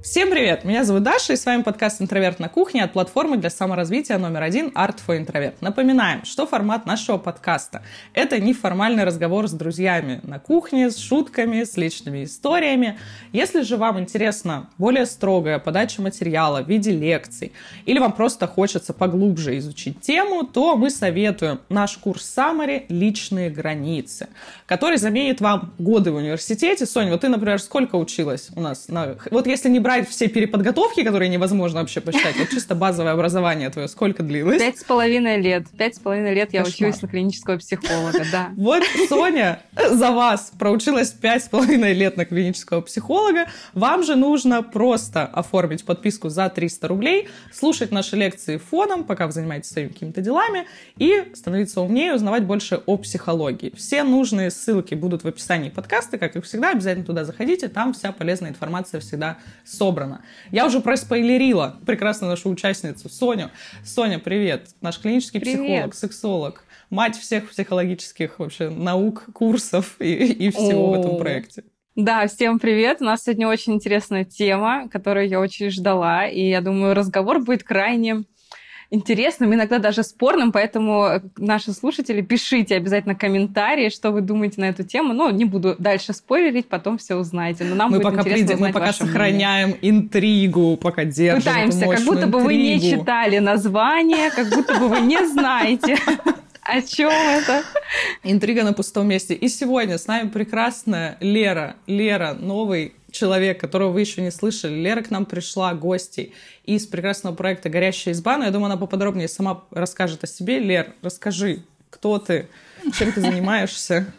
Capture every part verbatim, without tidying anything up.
Всем привет! Меня зовут Даша, и с вами подкаст «Интроверт на кухне» от платформы для саморазвития номер один Art for Introvert. Напоминаем, что формат нашего подкаста – это неформальный разговор с друзьями на кухне, с шутками, с личными историями. Если же вам интересна более строгая подача материала в виде лекций, или вам просто хочется поглубже изучить тему, то мы советуем наш курс Summary «Личные границы», который заменит вам годы в университете. Соня, вот ты, например, сколько училась у нас? На... Вот если не брать все переподготовки, которые невозможно вообще посчитать, вот чисто базовое образование твое, сколько длилось? Пять с половиной лет. Пять с половиной лет я Кошмар. Училась на клинического психолога, да. Вот Соня за вас проучилась пять с половиной лет на клинического психолога. Вам же нужно просто оформить подписку за триста рублей, слушать наши лекции фоном, пока вы занимаетесь своими какими-то делами, и становиться умнее, узнавать больше о психологии. Все нужные ссылки будут в описании подкаста, как и всегда, обязательно туда заходите, там вся полезная информация всегда собрана. Я уже проспойлерила прекрасно нашу участницу Соню. Соня, привет. Наш клинический привет. Психолог, сексолог, мать всех психологических вообще наук, курсов и, и всего О-о-о. в этом проекте. Да, всем привет. У нас сегодня очень интересная тема, которую я очень ждала, и я думаю, разговор будет крайне интересным, иногда даже спорным, поэтому наши слушатели, пишите обязательно комментарии, что вы думаете на эту тему. Ну, не буду дальше спойлерить, потом все узнаете. Но нам мы будет пока интересно придем, узнать Мы пока ваше сохраняем мнение. интригу, пока держим Пытаемся, эту как будто интригу. бы вы не читали название, как будто бы вы не знаете, о чем это. Интрига на пустом месте. И сегодня с нами прекрасная Лера. Лера, новый человек, которого вы еще не слышали. Лера к нам пришла гостей из прекрасного проекта «Горящая изба». Но я думаю, она поподробнее сама расскажет о себе. Лер, расскажи, кто ты, чем ты занимаешься?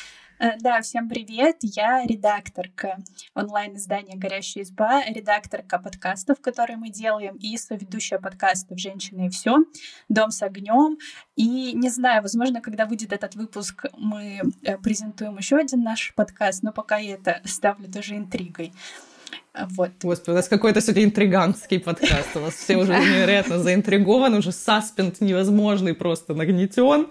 Да, всем привет. Я редакторка онлайн-издания «Горящая изба», редакторка подкастов, которые мы делаем, и соведущая подкастов «Женщины и все», «Дом с огнем». И не знаю, возможно, когда выйдет этот выпуск, мы презентуем еще один наш подкаст, но пока я это ставлю тоже интригой. Вот. Господи, у нас какой-то сегодня интриганский подкаст. У вас все уже невероятно заинтригованы, уже саспенс невозможный, просто нагнетен.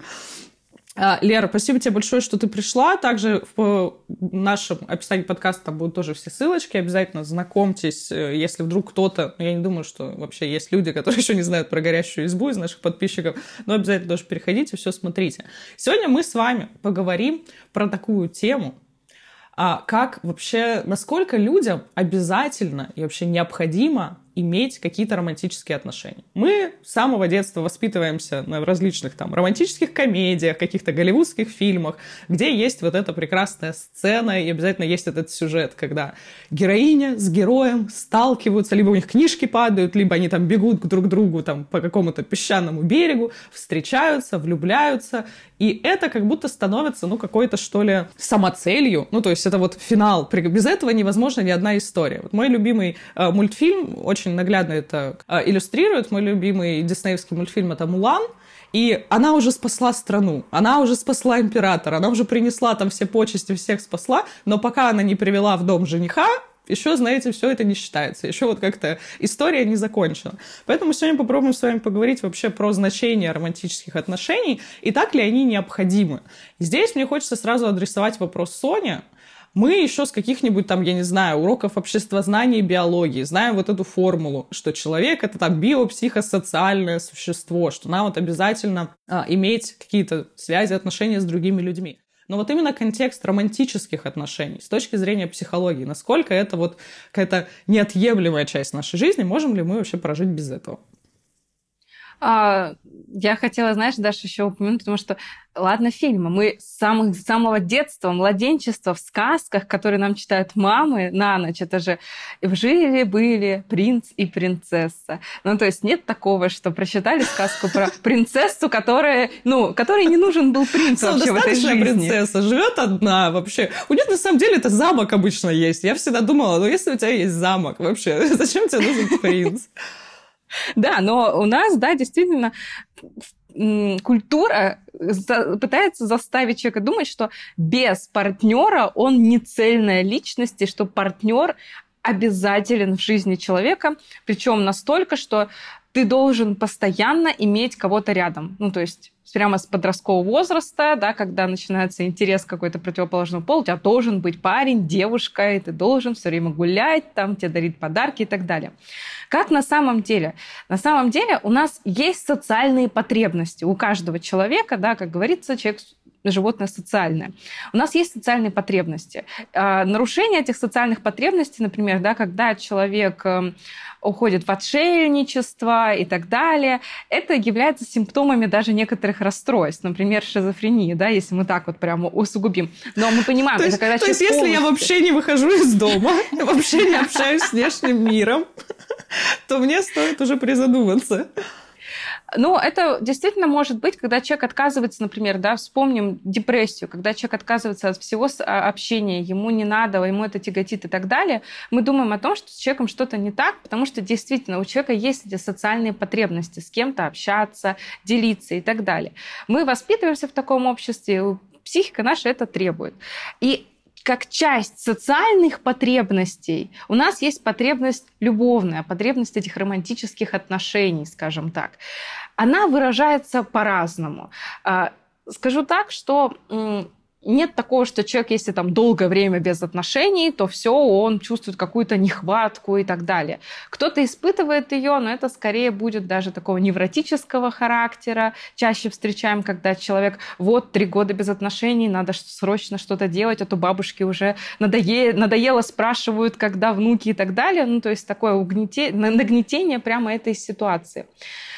Лера, спасибо тебе большое, что ты пришла. Также в нашем описании подкаста будут тоже все ссылочки. Обязательно знакомьтесь, если вдруг кто-то... Я не думаю, что вообще есть люди, которые еще не знают про «Горящую избу» из наших подписчиков, но обязательно тоже переходите, все смотрите. Сегодня мы с вами поговорим про такую тему, как вообще, насколько людям обязательно и вообще необходимо иметь какие-то романтические отношения. Мы с самого детства воспитываемся на различных там романтических комедиях, каких-то голливудских фильмах, где есть вот эта прекрасная сцена, и обязательно есть этот сюжет, когда героиня с героем сталкиваются, либо у них книжки падают, либо они там бегут друг к другу там по какому-то песчаному берегу, встречаются, влюбляются, и это как будто становится, ну, какой-то, что ли, самоцелью. Ну, то есть это вот финал. Без этого невозможна ни одна история. Вот мой любимый э, мультфильм очень наглядно это э, иллюстрирует. Мой любимый диснеевский мультфильм — это «Мулан». И она уже спасла страну, она уже спасла императора, она уже принесла там все почести, всех спасла, но пока она не привела в дом жениха, еще, знаете, все это не считается. Еще вот как-то история не закончена. Поэтому сегодня попробуем с вами поговорить вообще про значение романтических отношений и так ли они необходимы. Здесь мне хочется сразу адресовать вопрос Соне. Мы еще с каких-нибудь там, я не знаю, уроков обществознания и биологии знаем вот эту формулу, что человек — это там биопсихосоциальное существо, что нам вот обязательно а, иметь какие-то связи, отношения с другими людьми. Но вот именно контекст романтических отношений с точки зрения психологии, насколько это вот какая-то неотъемлемая часть нашей жизни, можем ли мы вообще прожить без этого? А, я хотела, знаешь, Даша, еще упомянуть, потому что, ладно, фильмы. Мы с самого, с самого детства, младенчества в сказках, которые нам читают мамы на ночь, это же «Жили-были принц и принцесса». Ну, то есть нет такого, что прочитали сказку про принцессу, которая, ну, которой не нужен был принц вообще в этой жизни. Принцесса живет одна вообще. У нее на самом деле это замок обычно есть. Я всегда думала, ну, если у тебя есть замок вообще, зачем тебе нужен принц? Да, но у нас, да, действительно, культура пытается заставить человека думать, что без партнера он не цельная личность, и что партнер обязателен в жизни человека, причем настолько, что ты должен постоянно иметь кого-то рядом. Ну, то есть прямо с подросткового возраста, да, когда начинается интерес какой-то противоположного пола, у тебя должен быть парень, девушка, и ты должен все время гулять, там, тебе дарить подарки и так далее. Как на самом деле? На самом деле у нас есть социальные потребности. У каждого человека, да, как говорится, человек животное социальное. У нас есть социальные потребности. Нарушение этих социальных потребностей, например, да, когда человек уходит в отшельничество и так далее, это является симптомами даже некоторых расстройств, например, шизофрении, да, если мы так вот прямо усугубим. Но мы понимаем, то это есть, когда то есть если полностью... я вообще не выхожу из дома, вообще не общаюсь с внешним миром, то мне стоит уже призадуматься. Ну, это действительно может быть, когда человек отказывается, например, да, вспомним депрессию, когда человек отказывается от всего общения, ему не надо, ему это тяготит и так далее, мы думаем о том, что с человеком что-то не так, потому что действительно у человека есть эти социальные потребности, с кем-то общаться, делиться и так далее. Мы воспитываемся в таком обществе, психика наша это требует. И как часть социальных потребностей у нас есть потребность любовная, потребность этих романтических отношений, скажем так. Она выражается по-разному. Скажу так, что нет такого, что человек, если там долгое время без отношений, то все, он чувствует какую-то нехватку и так далее. Кто-то испытывает ее, но это скорее будет даже такого невротического характера. Чаще встречаем, когда человек вот три года без отношений, надо срочно что-то делать, а то бабушки уже надоело, надоело спрашивают, когда внуки и так далее. Ну, то есть такое угнетение, нагнетение прямо этой ситуации.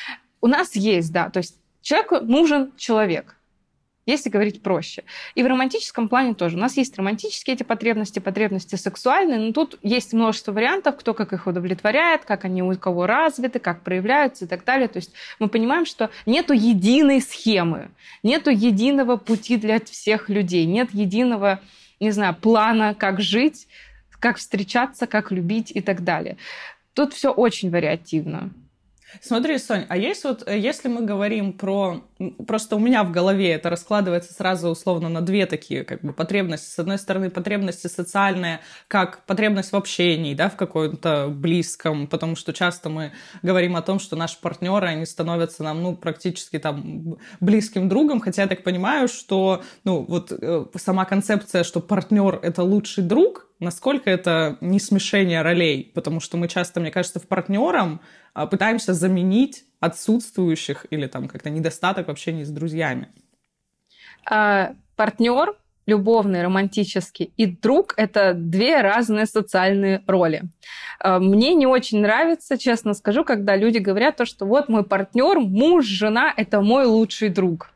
У нас есть, да, то есть человеку нужен человек, если говорить проще. И в романтическом плане тоже. У нас есть романтические эти потребности, потребности сексуальные, но тут есть множество вариантов, кто как их удовлетворяет, как они у кого развиты, как проявляются и так далее. То есть мы понимаем, что нету единой схемы, нету единого пути для всех людей, нет единого, не знаю, плана, как жить, как встречаться, как любить и так далее. Тут все очень вариативно. Смотри, Сонь, а есть вот, если мы говорим про... Просто у меня в голове это раскладывается сразу условно на две такие как бы потребности. С одной стороны, потребности социальные, как потребность в общении, да, в каком-то близком, потому что часто мы говорим о том, что наши партнеры, они становятся нам, ну, практически там близким другом, хотя я так понимаю, что, ну, вот сама концепция, что партнер — это лучший друг, насколько это не смешение ролей, потому что мы часто, мне кажется, в партнерам пытаемся заменить отсутствующих или там как-то недостаток в общении с друзьями. А, партнер любовный, романтический и друг – это две разные социальные роли. Мне не очень нравится, честно скажу, когда люди говорят то, что вот мой партнер, муж, жена – это мой лучший друг.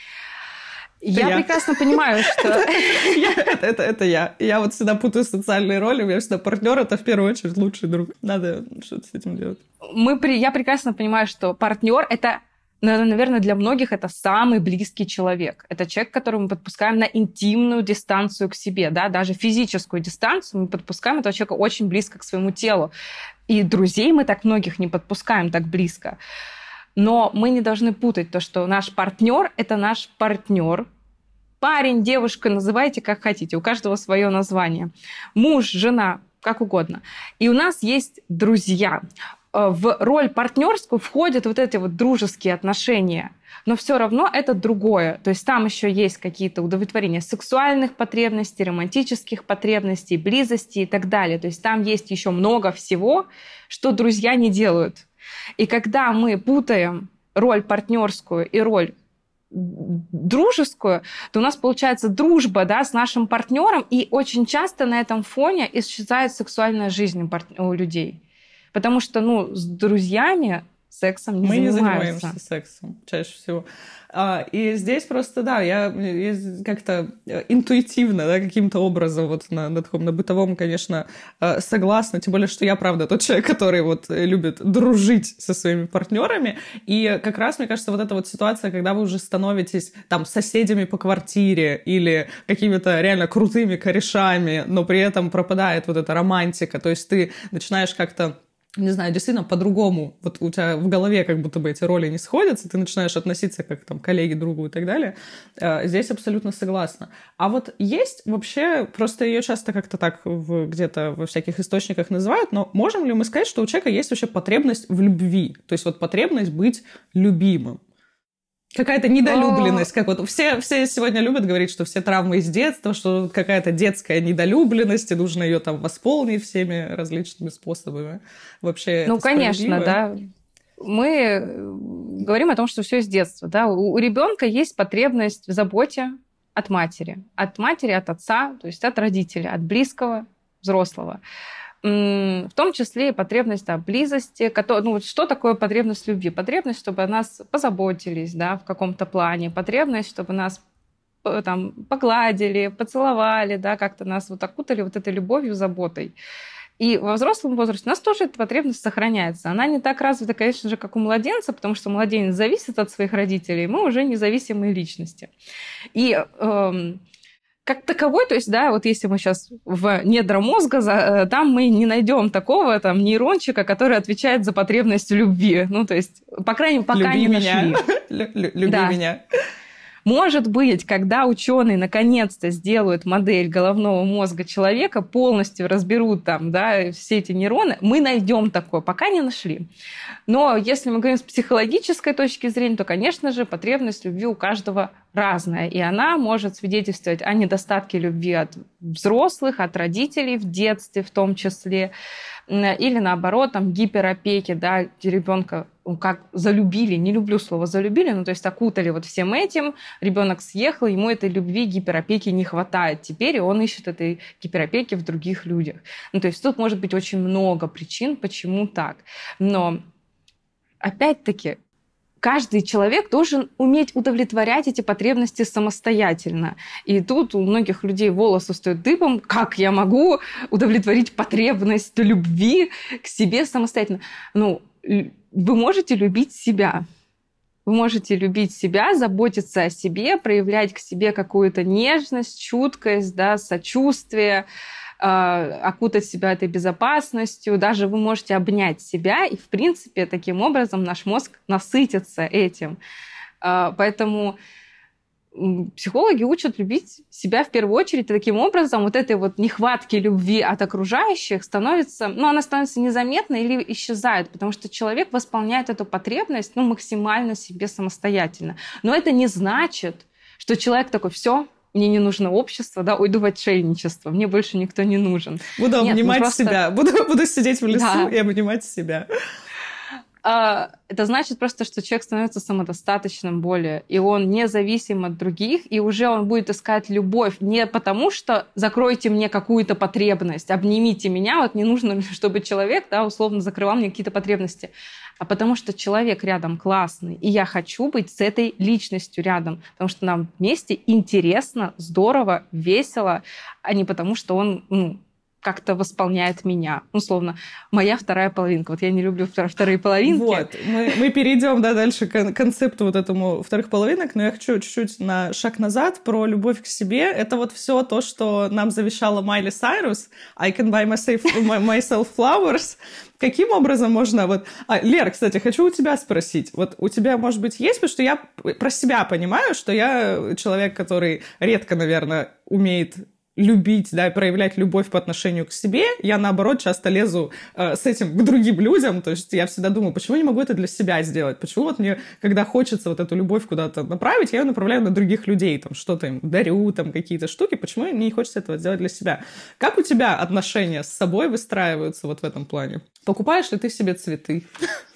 Я, я прекрасно понимаю, что... это, это, это я. Я вот всегда путаю социальные роли. У меня всегда партнер — это в первую очередь лучший друг. Надо что-то с этим делать. Мы при... Я прекрасно понимаю, что партнер — это, наверное, для многих это самый близкий человек. Это человек, которого мы подпускаем на интимную дистанцию к себе. Да? Даже физическую дистанцию мы подпускаем этого человека очень близко к своему телу. И друзей мы так многих не подпускаем так близко. Но мы не должны путать то, что наш партнер – это наш партнер. Парень, девушка, называйте как хотите, у каждого свое название. Муж, жена, как угодно. И у нас есть друзья. В роль партнерскую входят вот эти вот дружеские отношения, но все равно это другое. То есть там еще есть какие-то удовлетворения сексуальных потребностей, романтических потребностей, близости и так далее. То есть там есть еще много всего, что друзья не делают. И когда мы путаем роль партнерскую и роль дружескую, то у нас получается дружба, да, с нашим партнером, и очень часто на этом фоне исчезает сексуальная жизнь у людей. Потому что, ну, с друзьями сексом не Мы занимаются. Мы не занимаемся сексом чаще всего. И здесь просто, да, я как-то интуитивно, да, каким-то образом вот на, на таком, на бытовом, конечно, согласна, тем более, что я, правда, тот человек, который вот любит дружить со своими партнерами, и как раз, мне кажется, вот эта вот ситуация, когда вы уже становитесь там соседями по квартире или какими-то реально крутыми корешами, но при этом пропадает вот эта романтика, то есть ты начинаешь как-то не знаю, действительно по-другому. Вот у тебя в голове как будто бы эти роли не сходятся, ты начинаешь относиться как там коллеги, другу и так далее. Здесь абсолютно согласна. А вот есть вообще, просто ее часто как-то так в, где-то во всяких источниках называют, но можем ли мы сказать, что у человека есть вообще потребность в любви? То есть вот потребность быть любимым? Какая-то недолюбленность, как вот все, все сегодня любят говорить, что все травмы из детства, что какая-то детская недолюбленность, и нужно ее там восполнить всеми различными способами. Вообще, ну, это конечно, да. Мы говорим о том, что все с детства, да. У, у ребенка есть потребность в заботе от матери, от матери, от отца, то есть от родителя, от близкого взрослого. В том числе и потребность да, близости. Ну, вот что такое потребность любви? Потребность, чтобы о нас позаботились да, в каком-то плане. Потребность, чтобы нас там, погладили, поцеловали, да, как-то нас вот окутали вот этой любовью, заботой. И во взрослом возрасте у нас тоже эта потребность сохраняется. Она не так развита, конечно же, как у младенца, потому что младенец зависит от своих родителей, мы уже независимые личности. И эм, как таковой, то есть, да, вот если мы сейчас в недра мозга, там мы не найдем такого там нейрончика, который отвечает за потребность любви. Ну, то есть, по крайней мере, пока люби не меня. нашли. Люби да. меня. Может быть, когда ученые наконец-то сделают модель головного мозга человека, полностью разберут там, да, все эти нейроны, мы найдем такое, пока не нашли. Но если мы говорим с психологической точки зрения, то, конечно же, потребность любви у каждого разная, и она может свидетельствовать о недостатке любви от взрослых, от родителей в детстве в том числе, или наоборот, там, гиперопеки, да, ребенка как залюбили, не люблю слово залюбили, но то есть окутали вот всем этим, ребенок съехал, ему этой любви, гиперопеки не хватает теперь, и он ищет этой гиперопеки в других людях. Ну, то есть тут может быть очень много причин, почему так. Но опять-таки, каждый человек должен уметь удовлетворять эти потребности самостоятельно. И тут у многих людей волосы стоят дыбом. Как я могу удовлетворить потребность любви к себе самостоятельно? Ну, вы можете любить себя. Вы можете любить себя, заботиться о себе, проявлять к себе какую-то нежность, чуткость, да, сочувствие, окутать себя этой безопасностью. Даже вы можете обнять себя, и, в принципе, таким образом наш мозг насытится этим. Поэтому психологи учат любить себя в первую очередь, и таким образом вот этой вот нехватки любви от окружающих становится, ну, она становится незаметной или исчезает, потому что человек восполняет эту потребность, ну, максимально себе самостоятельно. Но это не значит, что человек такой: все, мне не нужно общество, да, уйду в отшельничество, мне больше никто не нужен. Буду Нет, обнимать ну просто... себя, буду, буду сидеть в лесу да. и обнимать себя. Это значит просто, что человек становится самодостаточным более, и он независим от других, и уже он будет искать любовь не потому, что закройте мне какую-то потребность, обнимите меня, вот не нужно, чтобы человек, да, условно закрывал мне какие-то потребности, а потому что человек рядом классный, и я хочу быть с этой личностью рядом, потому что нам вместе интересно, здорово, весело, а не потому, что он, ну, как-то восполняет меня. Условно, моя вторая половинка. Вот я не люблю вторые половинки. Вот, мы, мы перейдем да, дальше к концепту вот этому вторых половинок, но я хочу чуть-чуть на шаг назад про любовь к себе. Это вот все то, что нам завещала Майли Сайрус. I can buy myself, myself flowers. Каким образом можно... Вот... А, Лер, кстати, хочу у тебя спросить. Вот у тебя, может быть, есть? Потому что я про себя понимаю, что я человек, который редко, наверное, умеет любить, да, проявлять любовь по отношению к себе. Я, наоборот, часто лезу э, с этим к другим людям. То есть я всегда думаю, почему я не могу это для себя сделать? Почему вот мне, когда хочется вот эту любовь куда-то направить, я ее направляю на других людей, там, что-то им дарю, там, какие-то штуки. Почему мне не хочется этого сделать для себя? Как у тебя отношения с собой выстраиваются вот в этом плане? Покупаешь ли ты себе цветы?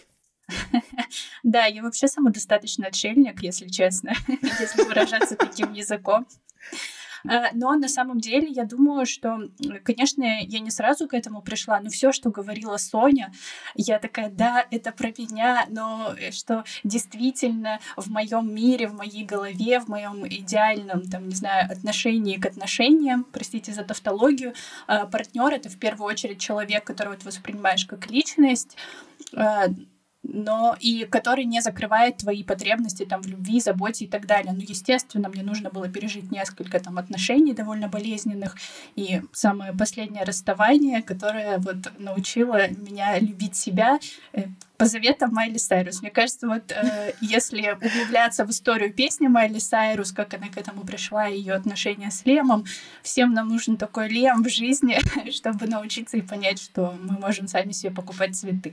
Да, я вообще самодостаточный отшельник, если честно, если выражаться таким языком. Но на самом деле я думаю, что, конечно, я не сразу к этому пришла, но все, что говорила Соня, я такая: да, это про меня, но что действительно в моем мире, в моей голове, в моем идеальном, там, не знаю, отношении к отношениям, простите за тавтологию, партнер — это в первую очередь человек, которого ты воспринимаешь как личность. но и который не закрывает твои потребности там в любви, заботе и так далее. Ну, естественно, мне нужно было пережить несколько там отношений довольно болезненных, и самое последнее расставание, которое вот научило меня любить себя, э, по заветам Майли Сайрус. Мне кажется, вот э, если углубляться в историю песни Майли Сайрус, как она к этому пришла, ее отношения с Лемом, всем нам нужен такой Лем в жизни, чтобы научиться и понять, что мы можем сами себе покупать цветы.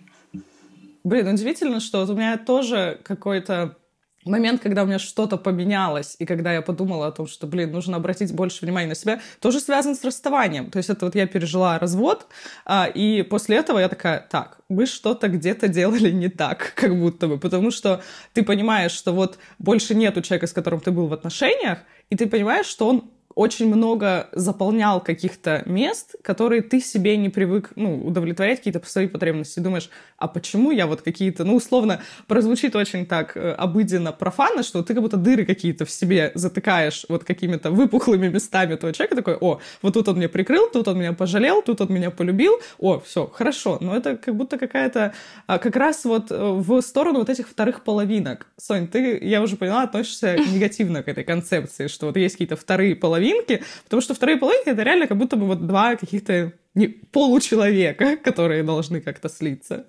Блин, удивительно, что вот у меня тоже какой-то момент, когда у меня что-то поменялось, и когда я подумала о том, что, блин, нужно обратить больше внимания на себя, тоже связан с расставанием. То есть это вот я пережила развод, а, и после этого я такая, так, вы что-то где-то делали не так, как будто бы, потому что ты понимаешь, что вот больше нету человека, с которым ты был в отношениях, и ты понимаешь, что он очень много заполнял каких-то мест, которые ты себе не привык, ну, удовлетворять какие-то свои потребности. Думаешь, а почему я вот какие-то, ну, условно, прозвучит очень так э, обыденно, профанно, что ты как будто дыры какие-то в себе затыкаешь вот какими-то выпуклыми местами того человека, такой, о, вот тут он меня прикрыл, тут он меня пожалел, тут он меня полюбил, о, все, хорошо. Но это как будто какая-то, а, как раз вот в сторону вот этих вторых половинок. Сонь, ты, я уже поняла, относишься негативно к этой концепции, что вот есть какие-то вторые половинки, потому что вторые половинки — это реально как будто бы вот два каких-то не, получеловека, которые должны как-то слиться.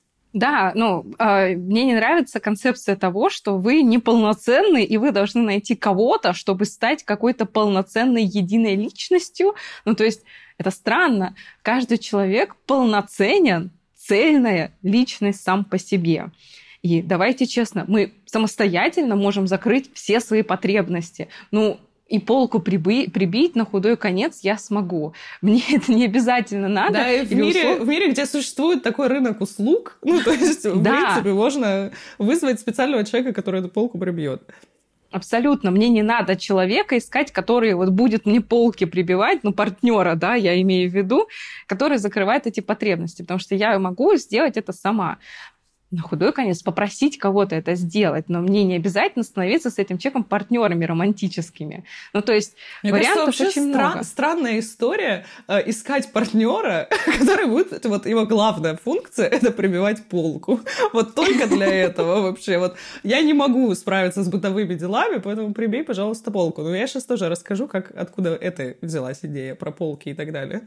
Да, ну, э, мне не нравится концепция того, что вы неполноценны, и вы должны найти кого-то, чтобы стать какой-то полноценной единой личностью. Ну, то есть это странно. Каждый человек полноценен, цельная личность сам по себе. И давайте честно, мы самостоятельно можем закрыть все свои потребности. Ну, и полку приби- прибить на худой конец я смогу. Мне это не обязательно надо. Да, и в мире, услов... в мире, где существует такой рынок услуг, ну, то есть, в принципе, можно вызвать специального человека, который эту полку прибьет. Абсолютно. Мне не надо человека искать, который вот будет мне полки прибивать, ну, партнера, да, я имею в виду, который закрывает эти потребности, потому что я могу сделать это сама. На худой конец попросить кого-то это сделать, но мне не обязательно становиться с этим человеком партнерами романтическими. Ну, то есть мне вариантов кажется, очень стра- много. Странная история э, искать партнера, который будет, вот его главная функция — это прибивать полку. Вот только для этого вообще. Вот я не могу справиться с бытовыми делами, поэтому прибей, пожалуйста, полку. Но я сейчас тоже расскажу, как, откуда это взялась идея про полки и так далее.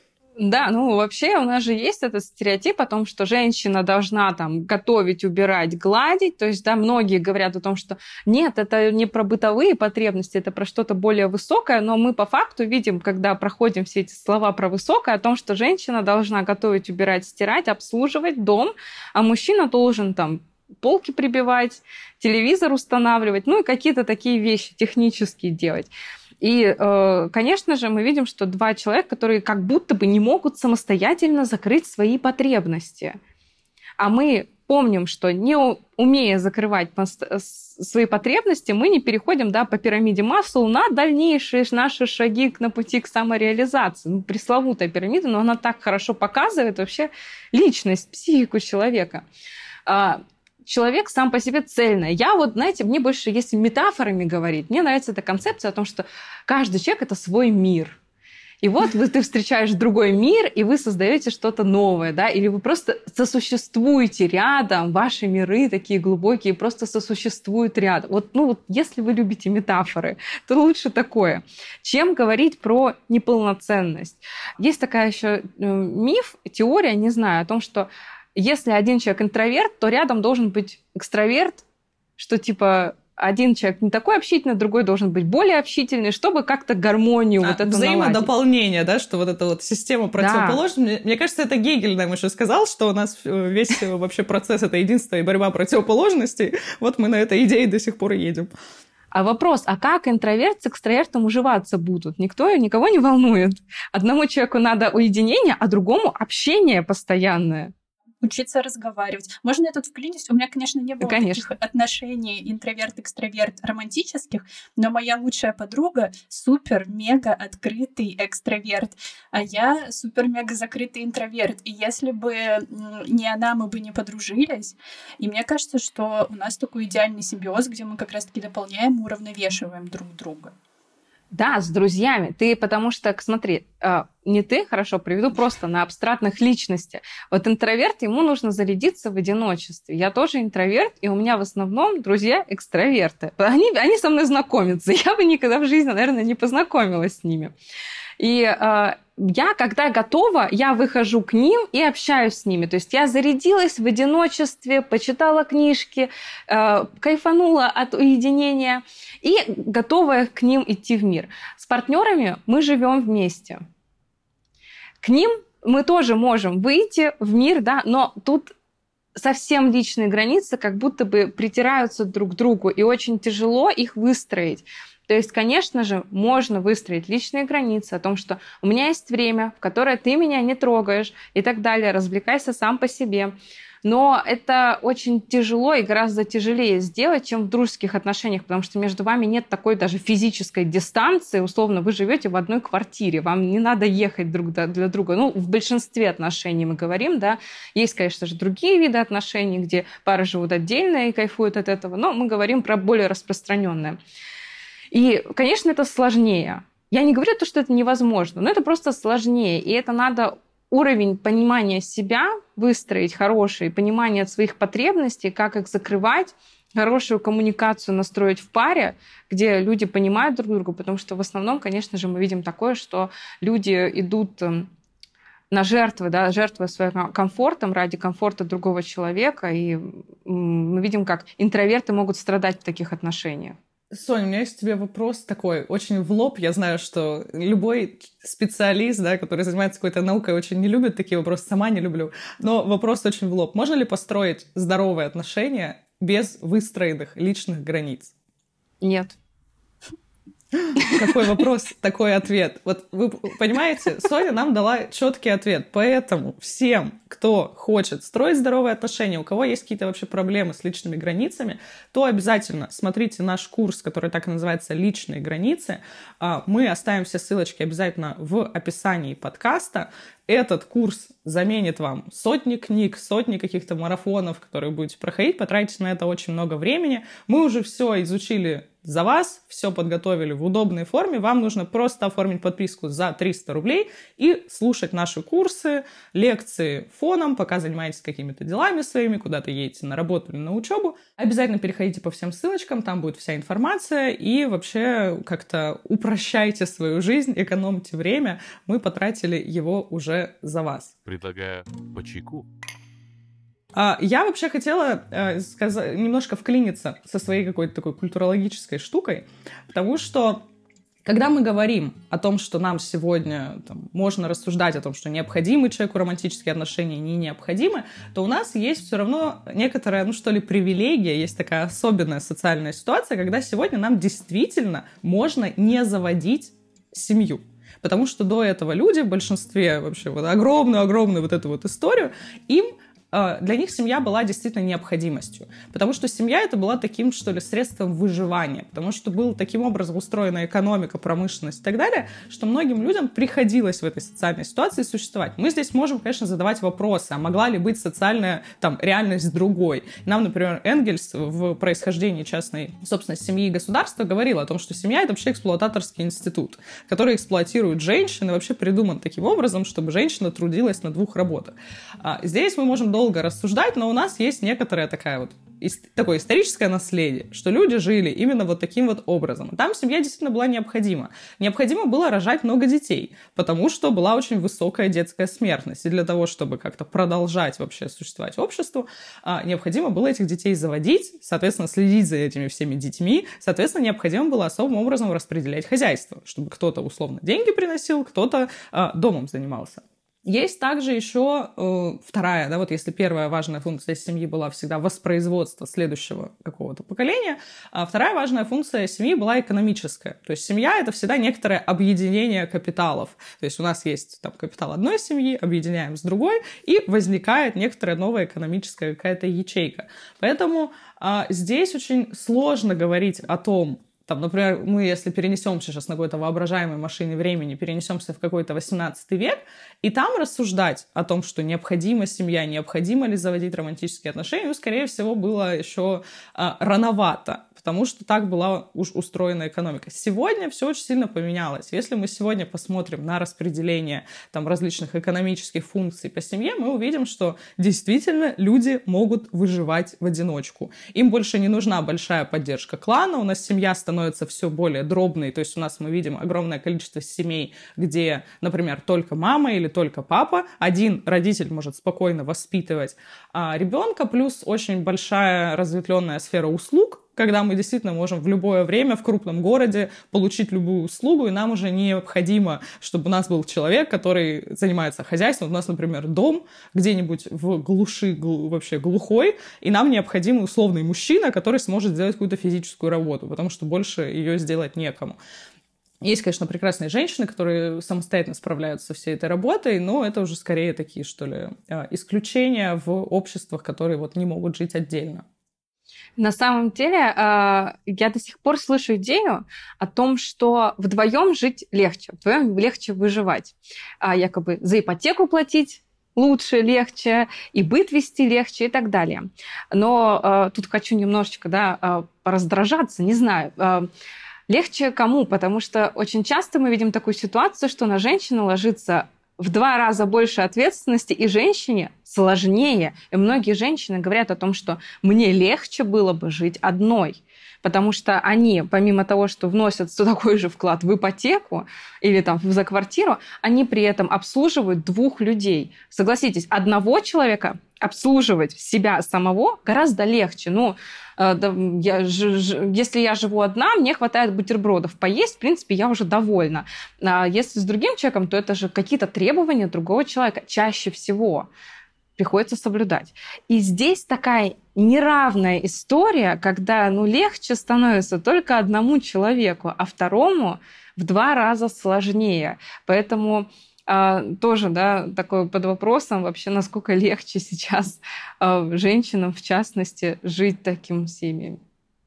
Да, ну вообще у нас же есть этот стереотип о том, что женщина должна там готовить, убирать, гладить. То есть, да, многие говорят о том, что нет, это не про бытовые потребности, это про что-то более высокое, но мы по факту видим, когда проходим все эти слова про высокое, о том, что женщина должна готовить, убирать, стирать, обслуживать дом, а мужчина должен там полки прибивать, телевизор устанавливать, ну и какие-то такие вещи технические делать. И, конечно же, мы видим, что два человека, которые как будто бы не могут самостоятельно закрыть свои потребности. А мы помним, что не умея закрывать свои потребности, мы не переходим, да, по пирамиде Маслоу на дальнейшие наши шаги на пути к самореализации. Ну, пресловутая пирамида, но она так хорошо показывает вообще личность, психику человека. Человек сам по себе цельный. Я вот, знаете, мне больше, если метафорами говорить, мне нравится эта концепция о том, что каждый человек — это свой мир. И вот вы, ты встречаешь другой мир, и вы создаете что-то новое, да, или вы просто сосуществуете рядом, ваши миры такие глубокие просто сосуществуют рядом. Вот, ну, вот, если вы любите метафоры, то лучше такое, чем говорить про неполноценность. Есть такая еще миф, теория, не знаю, о том, что если один человек интроверт, то рядом должен быть экстраверт, что типа один человек не такой общительный, другой должен быть более общительный, чтобы как-то гармонию а, вот эту взаимодополнение, наладить. Да, что вот эта вот система противоположностей. Да. Мне, мне кажется, это Гегель нам еще сказал, что у нас весь вообще процесс — это единство и борьба противоположностей. Вот мы на этой идее до сих пор едем. А вопрос, а как интроверт с экстравертом уживаться будут? Никто, никого не волнует. Одному человеку надо уединение, а другому общение постоянное. Учиться разговаривать. Можно я тут вклинюсь? У меня, конечно, не было конечно. таких отношений интроверт-экстраверт романтических, но моя лучшая подруга супер-мега открытый экстраверт, а я супер-мега закрытый интроверт. И если бы не она, мы бы не подружились. И мне кажется, что у нас такой идеальный симбиоз, где мы как раз-таки дополняем и уравновешиваем друг друга. Да, с друзьями. Ты, потому что, смотри, не ты, хорошо, приведу просто на абстрактных личностях. Вот интроверт, ему нужно зарядиться в одиночестве. Я тоже интроверт, и у меня в основном друзья экстраверты. Они, они со мной знакомятся. Я бы никогда в жизни, наверное, не познакомилась с ними. И э, я, когда готова, я выхожу к ним и общаюсь с ними. То есть я зарядилась в одиночестве, почитала книжки, э, кайфанула от уединения и готова к ним идти в мир. С партнерами мы живем вместе. К ним мы тоже можем выйти в мир, да, но тут совсем личные границы как будто бы притираются друг к другу, и очень тяжело их выстроить. То есть, конечно же, можно выстроить личные границы о том, что у меня есть время, в которое ты меня не трогаешь и так далее, развлекайся сам по себе. Но это очень тяжело и гораздо тяжелее сделать, чем в дружеских отношениях, потому что между вами нет такой даже физической дистанции. Условно, вы живете в одной квартире, вам не надо ехать друг для друга. Ну, в большинстве отношений мы говорим, да. Есть, конечно же, другие виды отношений, где пары живут отдельно и кайфуют от этого, но мы говорим про более распространенное. И, конечно, это сложнее. Я не говорю, что это невозможно, но это просто сложнее. И это надо уровень понимания себя выстроить хороший, понимание своих потребностей, как их закрывать, хорошую коммуникацию настроить в паре, где люди понимают друг друга, потому что в основном, конечно же, мы видим такое, что люди идут на жертвы, да, жертвуя своим комфортом ради комфорта другого человека, и мы видим, как интроверты могут страдать в таких отношениях. Соня, у меня есть к тебе вопрос такой, очень в лоб. Я знаю, что любой специалист, да, который занимается какой-то наукой, очень не любит такие вопросы, сама не люблю. Но вопрос очень в лоб. Можно ли построить здоровые отношения без выстроенных личных границ? Нет. Какой вопрос, такой ответ. Вот вы понимаете, Соня нам дала четкий ответ. Поэтому всем, кто хочет строить здоровые отношения, у кого есть какие-то вообще проблемы с личными границами, то обязательно смотрите наш курс, который так и называется «Личные границы». Мы оставим все ссылочки обязательно в описании подкаста. Этот курс заменит вам сотни книг, сотни каких-то марафонов, которые будете проходить, потратите на это очень много времени. Мы уже все изучили за вас, все подготовили в удобной форме. Вам нужно просто оформить подписку за триста рублей и слушать наши курсы, лекции фоном, пока занимаетесь какими-то делами своими, куда-то едете на работу или на учебу. Обязательно переходите по всем ссылочкам, там будет вся информация, и вообще как-то упрощайте свою жизнь, экономьте время. Мы потратили его уже за вас. Предлагаю по чайку. Я вообще хотела э, сказать, немножко вклиниться со своей какой-то такой культурологической штукой, потому что когда мы говорим о том, что нам сегодня там, можно рассуждать о том, что необходимы человеку романтические отношения, не необходимы, то у нас есть все равно некоторая, ну что ли, привилегия, есть такая особенная социальная ситуация, когда сегодня нам действительно можно не заводить семью. Потому что до этого люди в большинстве вообще вот огромную-огромную вот эту вот историю, им для них семья была действительно необходимостью, потому что семья это была таким, что ли, средством выживания, потому что была таким образом устроена экономика, промышленность и так далее, что многим людям приходилось в этой социальной ситуации существовать. Мы здесь можем, конечно, задавать вопросы, а могла ли быть социальная там реальность другой? Нам, например, Энгельс в «Происхождении частной собственности семьи и государства» говорил о том, что семья — это вообще эксплуататорский институт, который эксплуатирует женщин и вообще придуман таким образом, чтобы женщина трудилась на двух работах. Здесь мы можем долго рассуждать, но у нас есть некоторая такая вот такое историческое наследие, что люди жили именно вот таким вот образом. Там семья действительно была необходима. Необходимо было рожать много детей, потому что была очень высокая детская смертность. И для того, чтобы как-то продолжать вообще существовать обществу, необходимо было этих детей заводить, соответственно, следить за этими всеми детьми, соответственно, необходимо было особым образом распределять хозяйство, чтобы кто-то условно деньги приносил, кто-то домом занимался. Есть также еще э, вторая, да, вот если первая важная функция семьи была всегда воспроизводство следующего какого-то поколения, а вторая важная функция семьи была экономическая. То есть семья — это всегда некоторое объединение капиталов. То есть у нас есть там капитал одной семьи, объединяем с другой, и возникает некоторая новая экономическая какая-то ячейка. Поэтому э, здесь очень сложно говорить о том, там, например, мы, если перенесемся сейчас на какой-то воображаемой машине времени, перенесемся в какой-то восемнадцатый век, и там рассуждать о том, что необходима семья, необходимо ли заводить романтические отношения, ну, скорее всего, было еще а, рановато. потому что так была уж устроена экономика. Сегодня все очень сильно поменялось. Если мы сегодня посмотрим на распределение там, различных экономических функций по семье, мы увидим, что действительно люди могут выживать в одиночку. Им больше не нужна большая поддержка клана, у нас семья становится все более дробной, то есть у нас мы видим огромное количество семей, где, например, только мама или только папа, один родитель может спокойно воспитывать а, ребенка, плюс очень большая разветвленная сфера услуг, когда мы действительно можем в любое время в крупном городе получить любую услугу, и нам уже необходимо, чтобы у нас был человек, который занимается хозяйством. У нас, например, дом где-нибудь в глуши, гл- вообще глухой, и нам необходим условный мужчина, который сможет сделать какую-то физическую работу, потому что больше ее сделать некому. Есть, конечно, прекрасные женщины, которые самостоятельно справляются со всей этой работой, но это уже скорее такие, что ли, исключения в обществах, которые вот не могут жить отдельно. На самом деле, я до сих пор слышу идею о том, что вдвоем жить легче, вдвоем легче выживать. Якобы за ипотеку платить лучше, легче, и быт вести легче и так далее. Но тут хочу немножечко да, пораздражаться, не знаю. Легче кому? Потому что очень часто мы видим такую ситуацию, что на женщину ложится в два раза больше ответственности, и женщине сложнее. И многие женщины говорят о том, что мне легче было бы жить одной, потому что они, помимо того, что вносят такой же вклад в ипотеку или там за квартиру, они при этом обслуживают двух людей. Согласитесь, одного человека обслуживать себя самого гораздо легче. Ну, я, если я живу одна, мне хватает бутербродов поесть, в принципе, я уже довольна. А если с другим человеком, то это же какие-то требования другого человека чаще всего приходится соблюдать. И здесь такая неравная история, когда ну, легче становится только одному человеку, а второму в два раза сложнее. Поэтому а, тоже да, такой под вопросом вообще, насколько легче сейчас а, женщинам, в частности, жить таким семьями.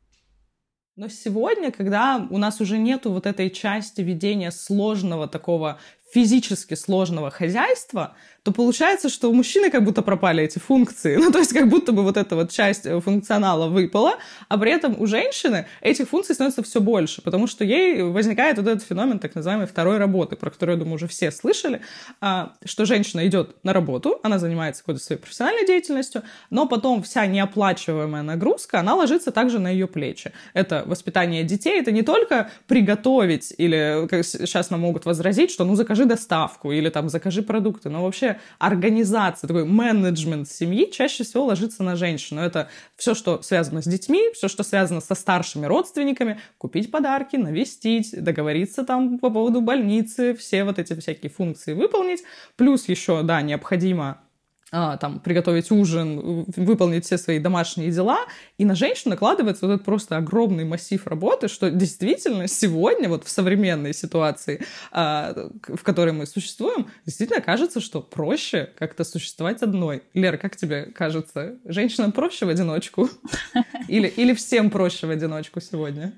Но сегодня, когда у нас уже нету вот этой части ведения сложного такого физически сложного хозяйства, то получается, что у мужчины как будто пропали эти функции. Ну, то есть как будто бы вот эта вот часть функционала выпала, а при этом у женщины этих функций становится все больше, потому что ей возникает вот этот феномен так называемой второй работы, про которую, я думаю, уже все слышали, что женщина идет на работу, она занимается какой-то своей профессиональной деятельностью, но потом вся неоплачиваемая нагрузка, она ложится также на ее плечи. Это воспитание детей, это не только приготовить, или как сейчас нам могут возразить, что ну закажи доставку, или там закажи продукты, но вообще организация, такой менеджмент семьи чаще всего ложится на женщину. Это все, что связано с детьми, все, что связано со старшими родственниками, купить подарки, навестить, договориться там по поводу больницы, все вот эти всякие функции выполнить. Плюс еще, да, необходимо а, там, приготовить ужин, выполнить все свои домашние дела, и на женщину накладывается вот этот просто огромный массив работы, что действительно сегодня, вот в современной ситуации, а, в которой мы существуем, действительно кажется, что проще как-то существовать одной. Лера, как тебе кажется, женщинам проще в одиночку? Или, или всем проще в одиночку сегодня?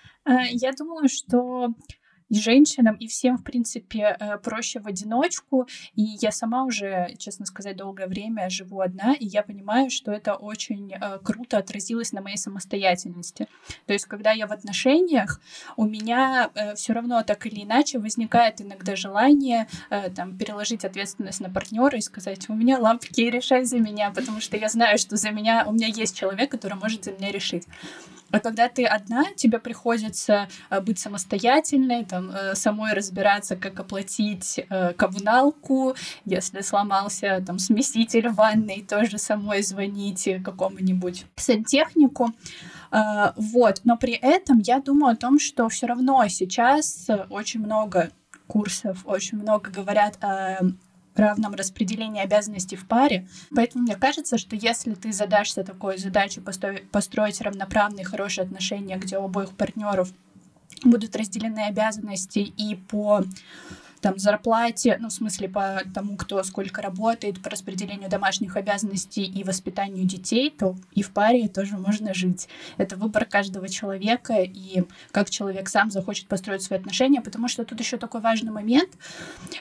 Я думаю, что и женщинам, и всем, в принципе, проще в одиночку. И я сама уже, честно сказать, долгое время живу одна, и я понимаю, что это очень круто отразилось на моей самостоятельности. То есть, когда я в отношениях, у меня все равно так или иначе возникает иногда желание там, переложить ответственность на партнера и сказать: у меня лапки, решай за меня, потому что я знаю, что за меня, у меня есть человек, который может за меня решить. А когда ты одна, тебе приходится быть самостоятельной, там, самой разбираться, как оплатить э, коммуналку, если сломался там смеситель в ванной, тоже самой звонить какому-нибудь сантехнику. Э, вот. Но при этом я думаю о том, что все равно сейчас очень много курсов, очень много говорят о равном распределении обязанностей в паре. Поэтому мне кажется, что если ты задашься такой задачей построить, построить равноправные, хорошие отношения, где у обоих партнеров будут разделены обязанности и по там, зарплате, ну, в смысле, по тому, кто сколько работает, по распределению домашних обязанностей и воспитанию детей, то и в паре тоже можно жить. Это выбор каждого человека, и как человек сам захочет построить свои отношения, потому что тут еще такой важный момент.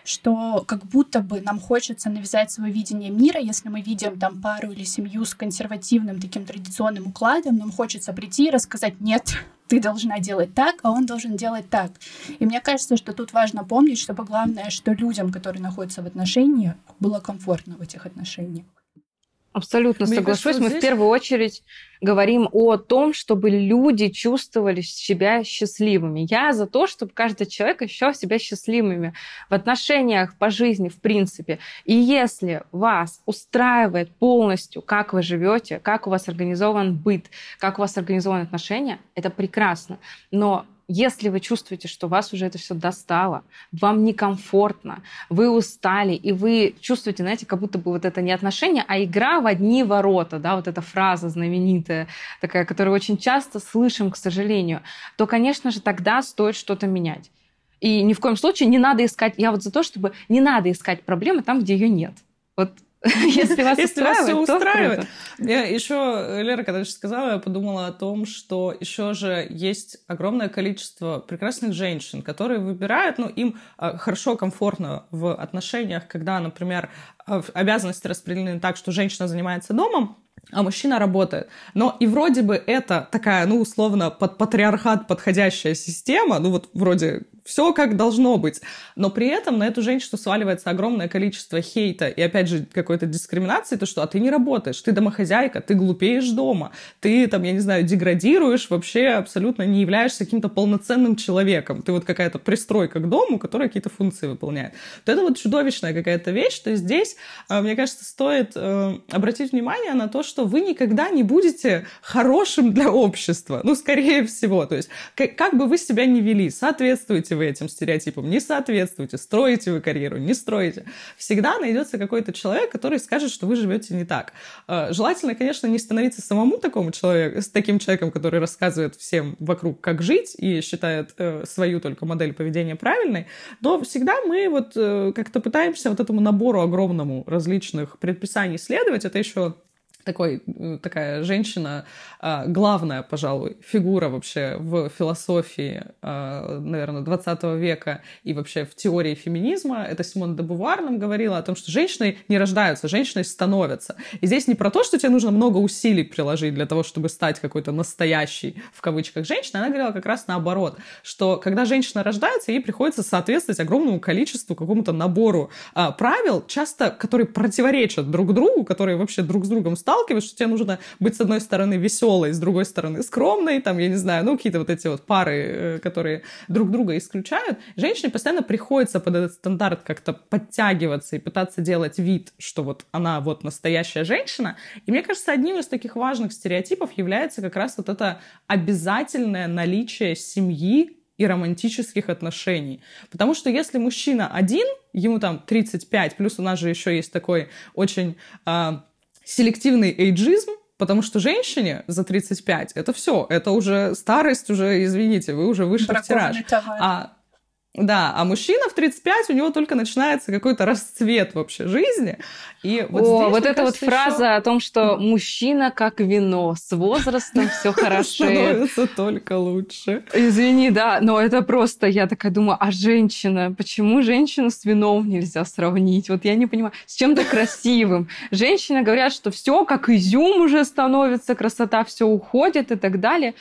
что как будто бы нам хочется навязать свое видение мира, если мы видим там пару или семью с консервативным таким традиционным укладом, нам хочется прийти и рассказать: нет, ты должна делать так, а он должен делать так. И мне кажется, что тут важно помнить, чтобы главное, что людям, которые находятся в отношениях, было комфортно в этих отношениях. Абсолютно Мне соглашусь. кажется, вот Мы здесь- в первую очередь говорим о том, чтобы люди чувствовали себя счастливыми. Я за то, чтобы каждый человек ощущал себя счастливыми в отношениях, по жизни, в принципе. И если вас устраивает полностью, как вы живете, как у вас организован быт, как у вас организованы отношения, это прекрасно. Но если вы чувствуете, что вас уже это все достало, вам некомфортно, вы устали, и вы чувствуете, знаете, как будто бы вот это не отношения, а игра в одни ворота, да, вот эта фраза знаменитая, такая, которую очень часто слышим, к сожалению, то, конечно же, тогда стоит что-то менять. И ни в коем случае не надо искать, я вот за то, чтобы не надо искать проблемы там, где ее нет. Вот если вас Если вас все устраивает, то устраивает. круто. Я еще, Лера, когда ты сказала, я подумала о том, что еще же есть огромное количество прекрасных женщин, которые выбирают, ну, им а, хорошо, комфортно в отношениях, когда, например, а, обязанности распределены так, что женщина занимается домом, а мужчина работает. Но и вроде бы это такая, ну, условно, под патриархат подходящая система, ну, вот вроде все как должно быть, но при этом на эту женщину сваливается огромное количество хейта и, опять же, какой-то дискриминации, то, что а ты не работаешь, ты домохозяйка, ты глупеешь дома, ты, там, я не знаю, деградируешь, вообще абсолютно не являешься каким-то полноценным человеком, ты вот какая-то пристройка к дому, которая какие-то функции выполняет. Вот это вот чудовищная какая-то вещь, что здесь, мне кажется, стоит обратить внимание на то, что вы никогда не будете хорошим для общества, ну, скорее всего, то есть как, как бы вы себя ни вели, соответствуете вы этим стереотипам, не соответствуете, строите вы карьеру, не строите. Всегда найдется какой-то человек, который скажет, что вы живете не так. Желательно, конечно, не становиться самому такому человеку, с таким человеком, который рассказывает всем вокруг, как жить и считает свою только модель поведения правильной, но всегда мы вот как-то пытаемся вот этому набору огромному различных предписаний следовать. Это еще такой, такая женщина, главная, пожалуй, фигура вообще в философии, наверное, двадцатого века и вообще в теории феминизма. Это Симон де Бувуар нам говорила о том, что женщины не рождаются, женщины становятся. И здесь не про то, что тебе нужно много усилий приложить для того, чтобы стать какой-то настоящей, в кавычках, женщиной. Она говорила как раз наоборот, что когда женщина рождается, ей приходится соответствовать огромному количеству, какому-то набору правил, часто которые противоречат друг другу, которые вообще друг с другом сталкиваются, что тебе нужно быть, с одной стороны, веселой, с другой стороны, скромной, там, я не знаю, ну, какие-то вот эти вот пары, которые друг друга исключают. Женщине постоянно приходится под этот стандарт как-то подтягиваться и пытаться делать вид, что вот она вот настоящая женщина. И мне кажется, одним из таких важных стереотипов является как раз вот это обязательное наличие семьи и романтических отношений. Потому что если мужчина один, ему там тридцать пять, плюс у нас же еще есть такой очень... селективный эйджизм, потому что женщине за тридцать пять это все, это уже старость, уже, извините, вы уже вышли в тираж. А, да, а мужчина в тридцать пять, у него только начинается какой-то расцвет вообще жизни. И вот, О, здесь, вот эта вот кажется, фраза еще... о том, что мужчина как вино, с возрастом все хорошеет. Становится только лучше. Извини, да, но это просто, я такая думаю, а женщина? Почему женщину с вином нельзя сравнить? Вот я не понимаю, с чем-то красивым. Женщины говорят, что все как изюм уже становится, красота, все уходит и так далее.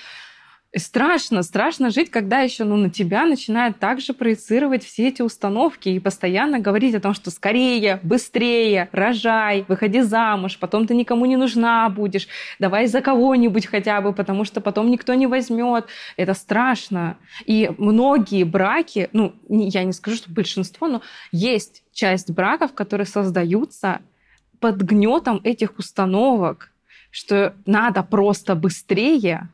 Страшно, страшно жить, когда еще ну, на тебя начинают также проецировать все эти установки и постоянно говорить о том, что скорее, быстрее, рожай, выходи замуж, потом ты никому не нужна будешь, давай за кого-нибудь хотя бы, потому что потом никто не возьмет. Это страшно. И многие браки, ну, я не скажу, что большинство, но есть часть браков, которые создаются под гнетом этих установок, что надо просто быстрее,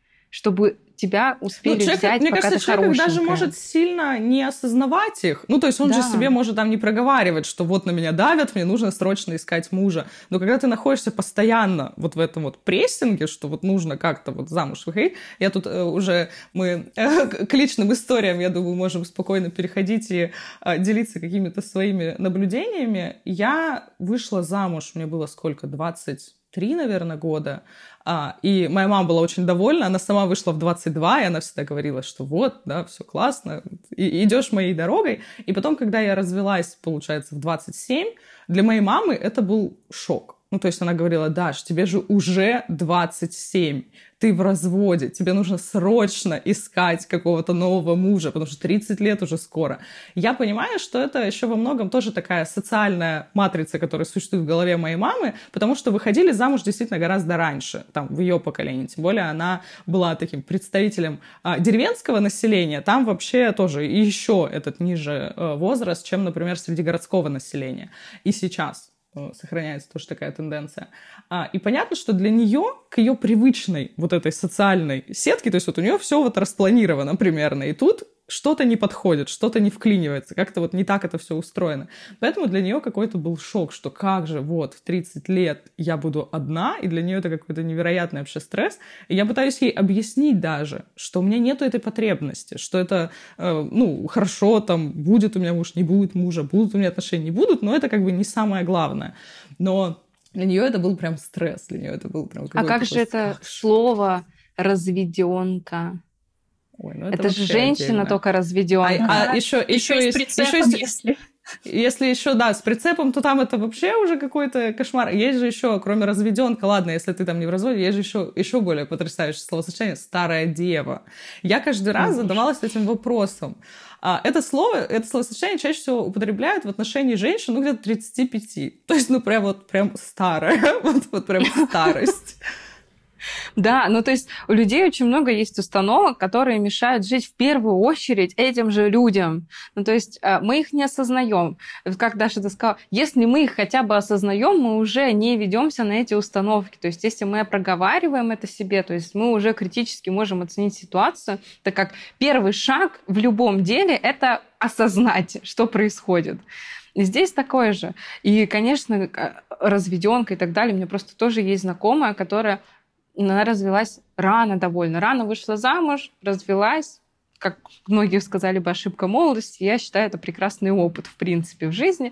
чтобы тебя успели ну, человек, взять, мне пока кажется, ты человек хорошенькая. даже может сильно не осознавать их. Ну, то есть он да. же себе может там не проговаривать, что вот на меня давят, мне нужно срочно искать мужа. Но когда ты находишься постоянно вот в этом вот прессинге, что вот нужно как-то вот замуж выходить, я тут э, уже, мы э, к личным историям, я думаю, можем спокойно переходить и э, делиться какими-то своими наблюдениями. Я вышла замуж, мне было сколько, двадцать три, наверное, года. А, и моя мама была очень довольна, она сама вышла в двадцать два, и она всегда говорила, что вот, да, все классно, и идешь моей дорогой. И потом, когда я развелась, получается, в двадцать семь, для моей мамы это был шок. Ну, то есть она говорила: Даш, тебе же уже двадцать семь, ты в разводе, тебе нужно срочно искать какого-то нового мужа, потому что тридцать лет уже скоро. Я понимаю, что это еще во многом тоже такая социальная матрица, которая существует в голове моей мамы, потому что выходили замуж действительно гораздо раньше, там, в ее поколении. Тем более она была таким представителем а, деревенского населения, там вообще тоже еще этот ниже а, возраст, чем, например, среди городского населения. И сейчас сохраняется тоже такая тенденция. А, и понятно, что для нее, к ее привычной вот этой социальной сетке, то есть вот у нее все вот распланировано примерно, и тут что-то не подходит, что-то не вклинивается, как-то вот не так это все устроено. Поэтому для нее какой-то был шок, что как же вот в тридцать лет я буду одна, и для нее это какой-то невероятный вообще стресс. И я пытаюсь ей объяснить даже, что у меня нету этой потребности, что это, э, ну, хорошо, там, будет у меня муж, не будет мужа, будут у меня отношения, не будут, но это как бы не самое главное. Но для нее это был прям стресс, для нее это был прям какой-то... А как же это слово «разведёнка»? Ой, ну это это же женщина отдельно. только разведёнка. А, а еще, еще, еще и с есть, прицепом, еще есть, если... если еще, да, с прицепом, то там это вообще уже какой-то кошмар. Есть же еще, кроме разведенка, ладно, если ты там не в разводе, есть же еще, еще более потрясающее словосочетание — старая дева. Я каждый раз задавалась этим вопросом. А, это слово, это словосочетание чаще всего употребляют в отношении женщин, ну, где-то тридцати пяти. То есть, ну, прям вот прям старая, вот, вот прям старость. Да, ну то есть у людей очень много есть установок, которые мешают жить в первую очередь этим же людям. Ну то есть мы их не осознаем. Как Даша ты сказала, если мы их хотя бы осознаем, мы уже не ведемся на эти установки. То есть если мы проговариваем это себе, то есть мы уже критически можем оценить ситуацию, так как первый шаг в любом деле — это осознать, что происходит. И здесь такое же. И, конечно, разведёнка и так далее. У меня просто тоже есть знакомая, которая... Она развелась рано довольно. Рано вышла замуж, развелась. Как многие сказали бы, ошибка молодости. Я считаю, это прекрасный опыт, в принципе, в жизни.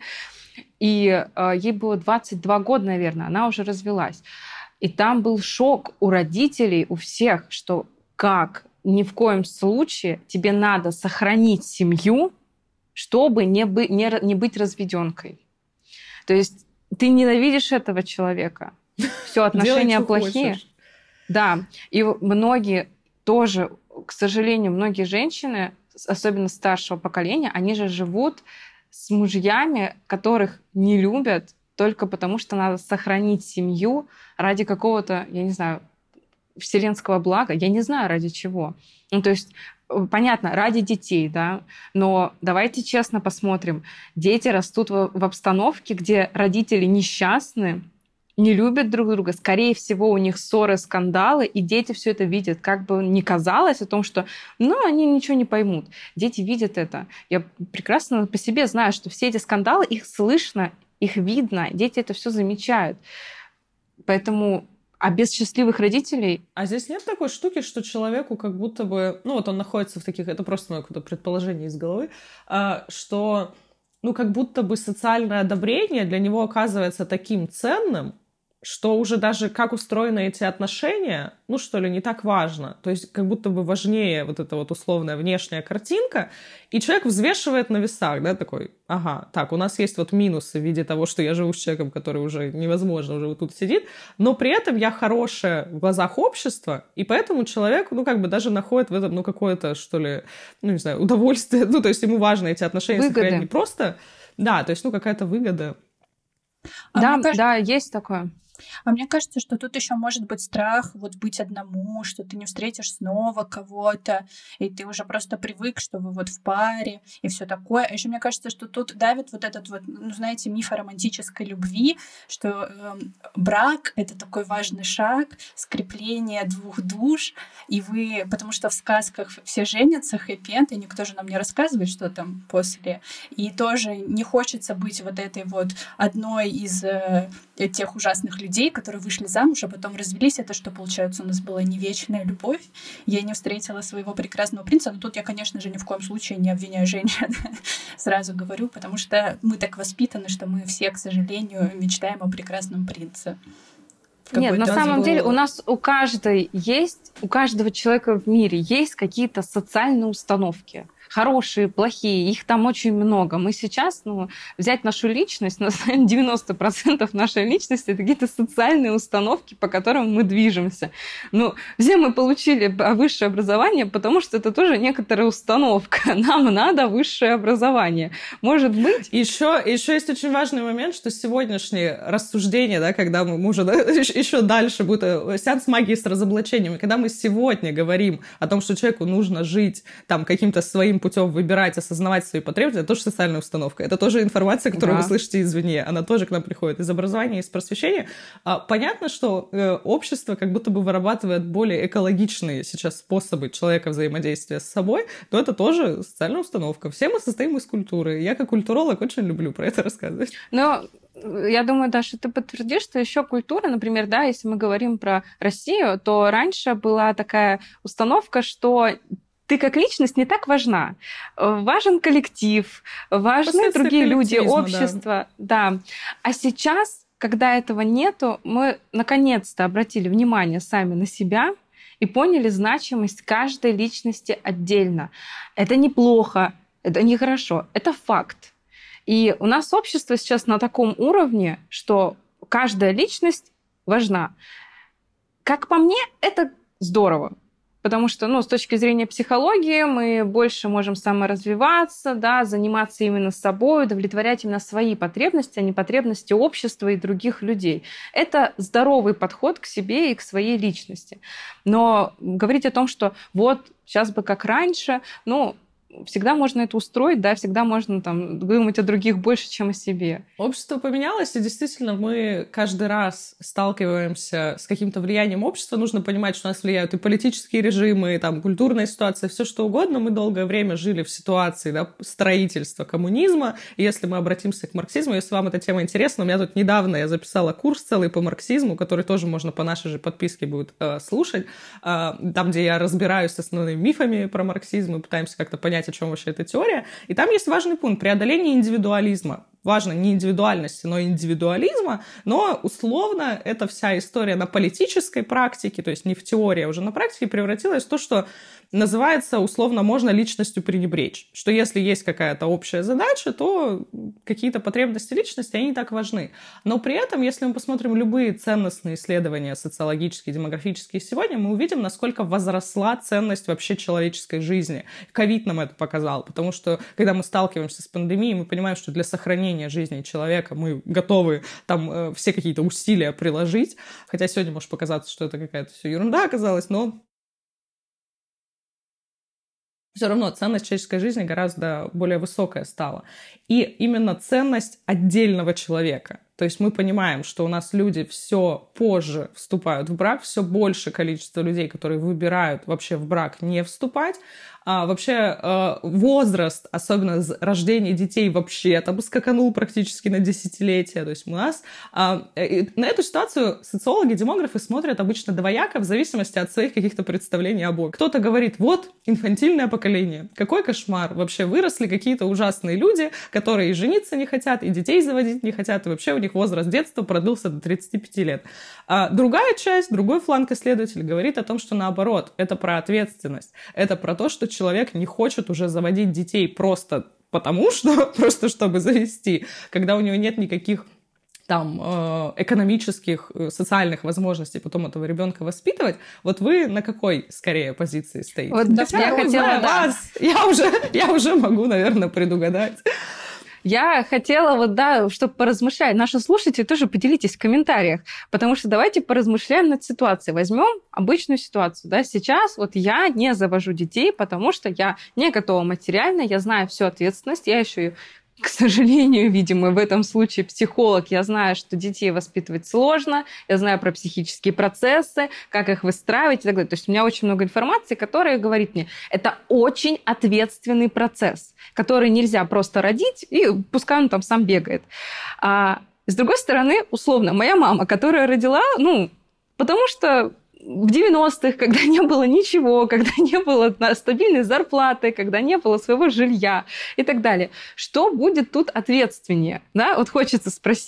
И э, ей было двадцать два года, наверное, она уже развелась. И там был шок у родителей, у всех, что как ни в коем случае тебе надо сохранить семью, чтобы не, бы, не, не быть разведёнкой. То есть ты ненавидишь этого человека. Все, отношения плохие. Да, и многие тоже, к сожалению, многие женщины, особенно старшего поколения, они же живут с мужьями, которых не любят только потому, что надо сохранить семью ради какого-то, я не знаю, вселенского блага, я не знаю ради чего. Ну, то есть, понятно, ради детей, да, но давайте честно посмотрим. Дети растут в, в обстановке, где родители несчастны, не любят друг друга, скорее всего, у них ссоры, скандалы, и дети все это видят. Как бы ни казалось о том, что, ну, они ничего не поймут. Дети видят это. Я прекрасно по себе знаю, что все эти скандалы, их слышно, их видно, дети это все замечают. Поэтому, а без счастливых родителей... А здесь нет такой штуки, что человеку как будто бы, ну, вот он находится в таких, это просто мое какое-то предположение из головы, что, ну, как будто бы социальное одобрение для него оказывается таким ценным, что уже даже как устроены эти отношения, ну, что ли, не так важно. То есть как будто бы важнее вот эта вот условная внешняя картинка, и человек взвешивает на весах, да, такой, ага, так, у нас есть вот минусы в виде того, что я живу с человеком, который уже невозможно, уже вот тут сидит, но при этом я хорошая в глазах общества, и поэтому человек, ну, как бы даже находит в этом, ну, какое-то, что ли, ну, не знаю, удовольствие, ну, то есть ему важно эти отношения сохранять не просто, да, то есть, ну, какая-то выгода. А да, кажется... да, есть такое. А мне кажется, что тут еще может быть страх вот быть одному, что ты не встретишь снова кого-то, и ты уже просто привык, что вы вот в паре и все такое. А еще мне кажется, что тут давит вот этот вот, ну, знаете, миф о романтической любви, что э, брак — это такой важный шаг, скрепление двух душ, и вы, потому что в сказках все женятся, хэппи-энд, и никто же нам не рассказывает, что там после, и тоже не хочется быть вот этой вот одной из э, тех ужасных людей, людей, которые вышли замуж, а потом развелись. Это что, получается, у нас была не вечная любовь? Я не встретила своего прекрасного принца. Но тут я, конечно же, ни в коем случае не обвиняю женщин. Сразу говорю, потому что мы так воспитаны, что мы все, к сожалению, мечтаем о прекрасном принце. Нет, на самом деле у нас у каждой есть, у каждого человека в мире есть какие-то социальные установки. Хорошие, плохие, их там очень много. Мы сейчас, ну, взять нашу личность, на самом деле девяносто процентов нашей личности — это какие-то социальные установки, по которым мы движемся. Ну, все мы получили высшее образование, потому что это тоже некоторая установка. Нам надо высшее образование. Может быть... Еще, еще есть очень важный момент, что сегодняшнее рассуждение, да, когда мы, мы уже да, еще дальше будет сеанс магии с разоблачением, и когда мы сегодня говорим о том, что человеку нужно жить там каким-то своим путем, выбирать, осознавать свои потребности, это тоже социальная установка. Это тоже информация, которую да. вы слышите извне. Она тоже к нам приходит из образования, из просвещения. А, понятно, что э, общество как будто бы вырабатывает более экологичные сейчас способы человека взаимодействия с собой, но это тоже социальная установка. Все мы состоим из культуры. Я как культуролог очень люблю про это рассказывать. Но я думаю, Даша, ты подтвердишь, что еще культура, например, да, если мы говорим про Россию, то раньше была такая установка, что ты как личность не так важна. Важен коллектив, важны другие люди, общество. Да. да. А сейчас, когда этого нету, мы наконец-то обратили внимание сами на себя и поняли значимость каждой личности отдельно. Это неплохо, это нехорошо, это факт. И у нас общество сейчас на таком уровне, что каждая личность важна. Как по мне, это здорово. Потому что, ну, с точки зрения психологии мы больше можем саморазвиваться, да, заниматься именно собой, удовлетворять именно свои потребности, а не потребности общества и других людей. Это здоровый подход к себе и к своей личности. Но говорить о том, что вот сейчас бы как раньше, ну, всегда можно это устроить, да, всегда можно там думать о других больше, чем о себе. Общество поменялось, и действительно мы каждый раз сталкиваемся с каким-то влиянием общества. Нужно понимать, что нас влияют и политические режимы, и там культурная ситуация, все что угодно. Мы долгое время жили в ситуации, да, строительства коммунизма. И если мы обратимся к марксизму, если вам эта тема интересна, у меня тут недавно я записала курс целый по марксизму, который тоже можно по нашей же подписке будет э, слушать, э, там, где я разбираюсь с основными мифами про марксизм и пытаемся как-то понять, о чем вообще эта теория. И там есть важный пункт — преодоление индивидуализма. Важно не индивидуальности, но индивидуализма, но условно эта вся история на политической практике, то есть не в теории, а уже на практике превратилась в то, что называется условно можно личностью пренебречь. Что если есть какая-то общая задача, то какие-то потребности личности, они не так важны. Но при этом, если мы посмотрим любые ценностные исследования социологические, демографические сегодня, мы увидим, насколько возросла ценность вообще человеческой жизни. Ковид нам это показал, потому что когда мы сталкиваемся с пандемией, мы понимаем, что для сохранения жизни человека мы готовы там э, все какие-то усилия приложить. Хотя сегодня может показаться, что это какая-то все ерунда оказалась, но все равно ценность человеческой жизни гораздо более высокая стала. И именно ценность отдельного человека. То есть мы понимаем, что у нас люди все позже вступают в брак, все больше количество людей, которые выбирают вообще в брак не вступать. А вообще возраст, особенно рождения детей, вообще там скаканул практически на десятилетия. То есть у нас на эту ситуацию социологи, демографы смотрят обычно двояко в зависимости от своих каких-то представлений об Боге. Кто-то говорит: вот, инфантильное поколение, какой кошмар, вообще выросли какие-то ужасные люди, которые и жениться не хотят, и детей заводить не хотят, и вообще у них возраст детства продлился до тридцати пяти лет. А другая часть, другой фланг исследователей говорит о том, что наоборот, это про ответственность, это про то, что человек не хочет уже заводить детей просто потому, что, просто чтобы завести, когда у него нет никаких там экономических, социальных возможностей потом этого ребенка воспитывать. Вот вы на какой скорее позиции стоите? Вот да, я, я хотела да. вас, я уже, я уже могу, наверное, предугадать. Я хотела вот, да, чтобы поразмышлять. Наши слушатели тоже поделитесь в комментариях, потому что давайте поразмышляем над ситуацией. Возьмем обычную ситуацию, да, сейчас вот я не завожу детей, потому что я не готова материально, я знаю всю ответственность, я еще и, к сожалению, видимо, в этом случае психолог, я знаю, что детей воспитывать сложно, я знаю про психические процессы, как их выстраивать и так далее. То есть у меня очень много информации, которая говорит мне, это очень ответственный процесс, который нельзя просто родить, и пускай он там сам бегает. А с другой стороны, условно, моя мама, которая родила, ну, потому что в девяностых, когда не было ничего, когда не было стабильной зарплаты, когда не было своего жилья и так далее. Что будет тут ответственнее? Да? Вот хочется спросить.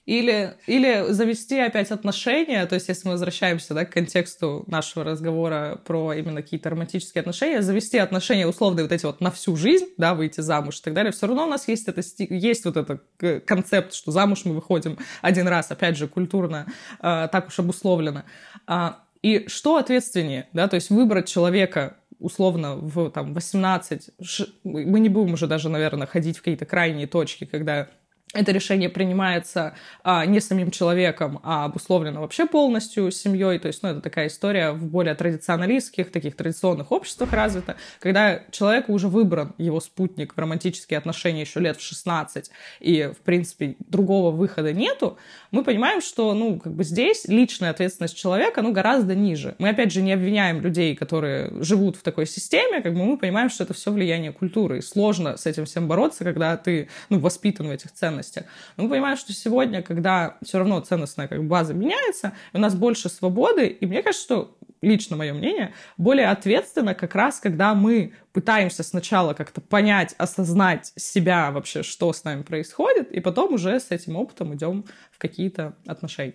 Или, или завести опять отношения, то есть если мы возвращаемся, да, к контексту нашего разговора про именно какие-то романтические отношения, завести отношения условные вот эти вот на всю жизнь, да, выйти замуж и так далее, все равно у нас есть, это, есть вот этот концепт, что замуж мы выходим один раз, опять же, культурно э, так уж обусловлено. А, и что ответственнее, да, то есть выбрать человека условно в там, восемнадцать, мы не будем уже даже, наверное, ходить в какие-то крайние точки, когда это решение принимается а, не самим человеком, а обусловлено вообще полностью семьей. То есть, ну, это такая история в более традиционалистских, таких традиционных обществах развита, когда человеку уже выбран его спутник в романтические отношения еще лет в шестнадцать, и, в принципе, другого выхода нету, мы понимаем, что, ну, как бы здесь личная ответственность человека, ну, гораздо ниже. Мы, опять же, не обвиняем людей, которые живут в такой системе, как бы мы понимаем, что это все влияние культуры, и сложно с этим всем бороться, когда ты, ну, воспитан в этих ценностях. Но мы понимаем, что сегодня, когда все равно ценностная как бы база меняется, у нас больше свободы, и мне кажется, что, лично мое мнение, более ответственно как раз, когда мы пытаемся сначала как-то понять, осознать себя вообще, что с нами происходит, и потом уже с этим опытом идем в какие-то отношения.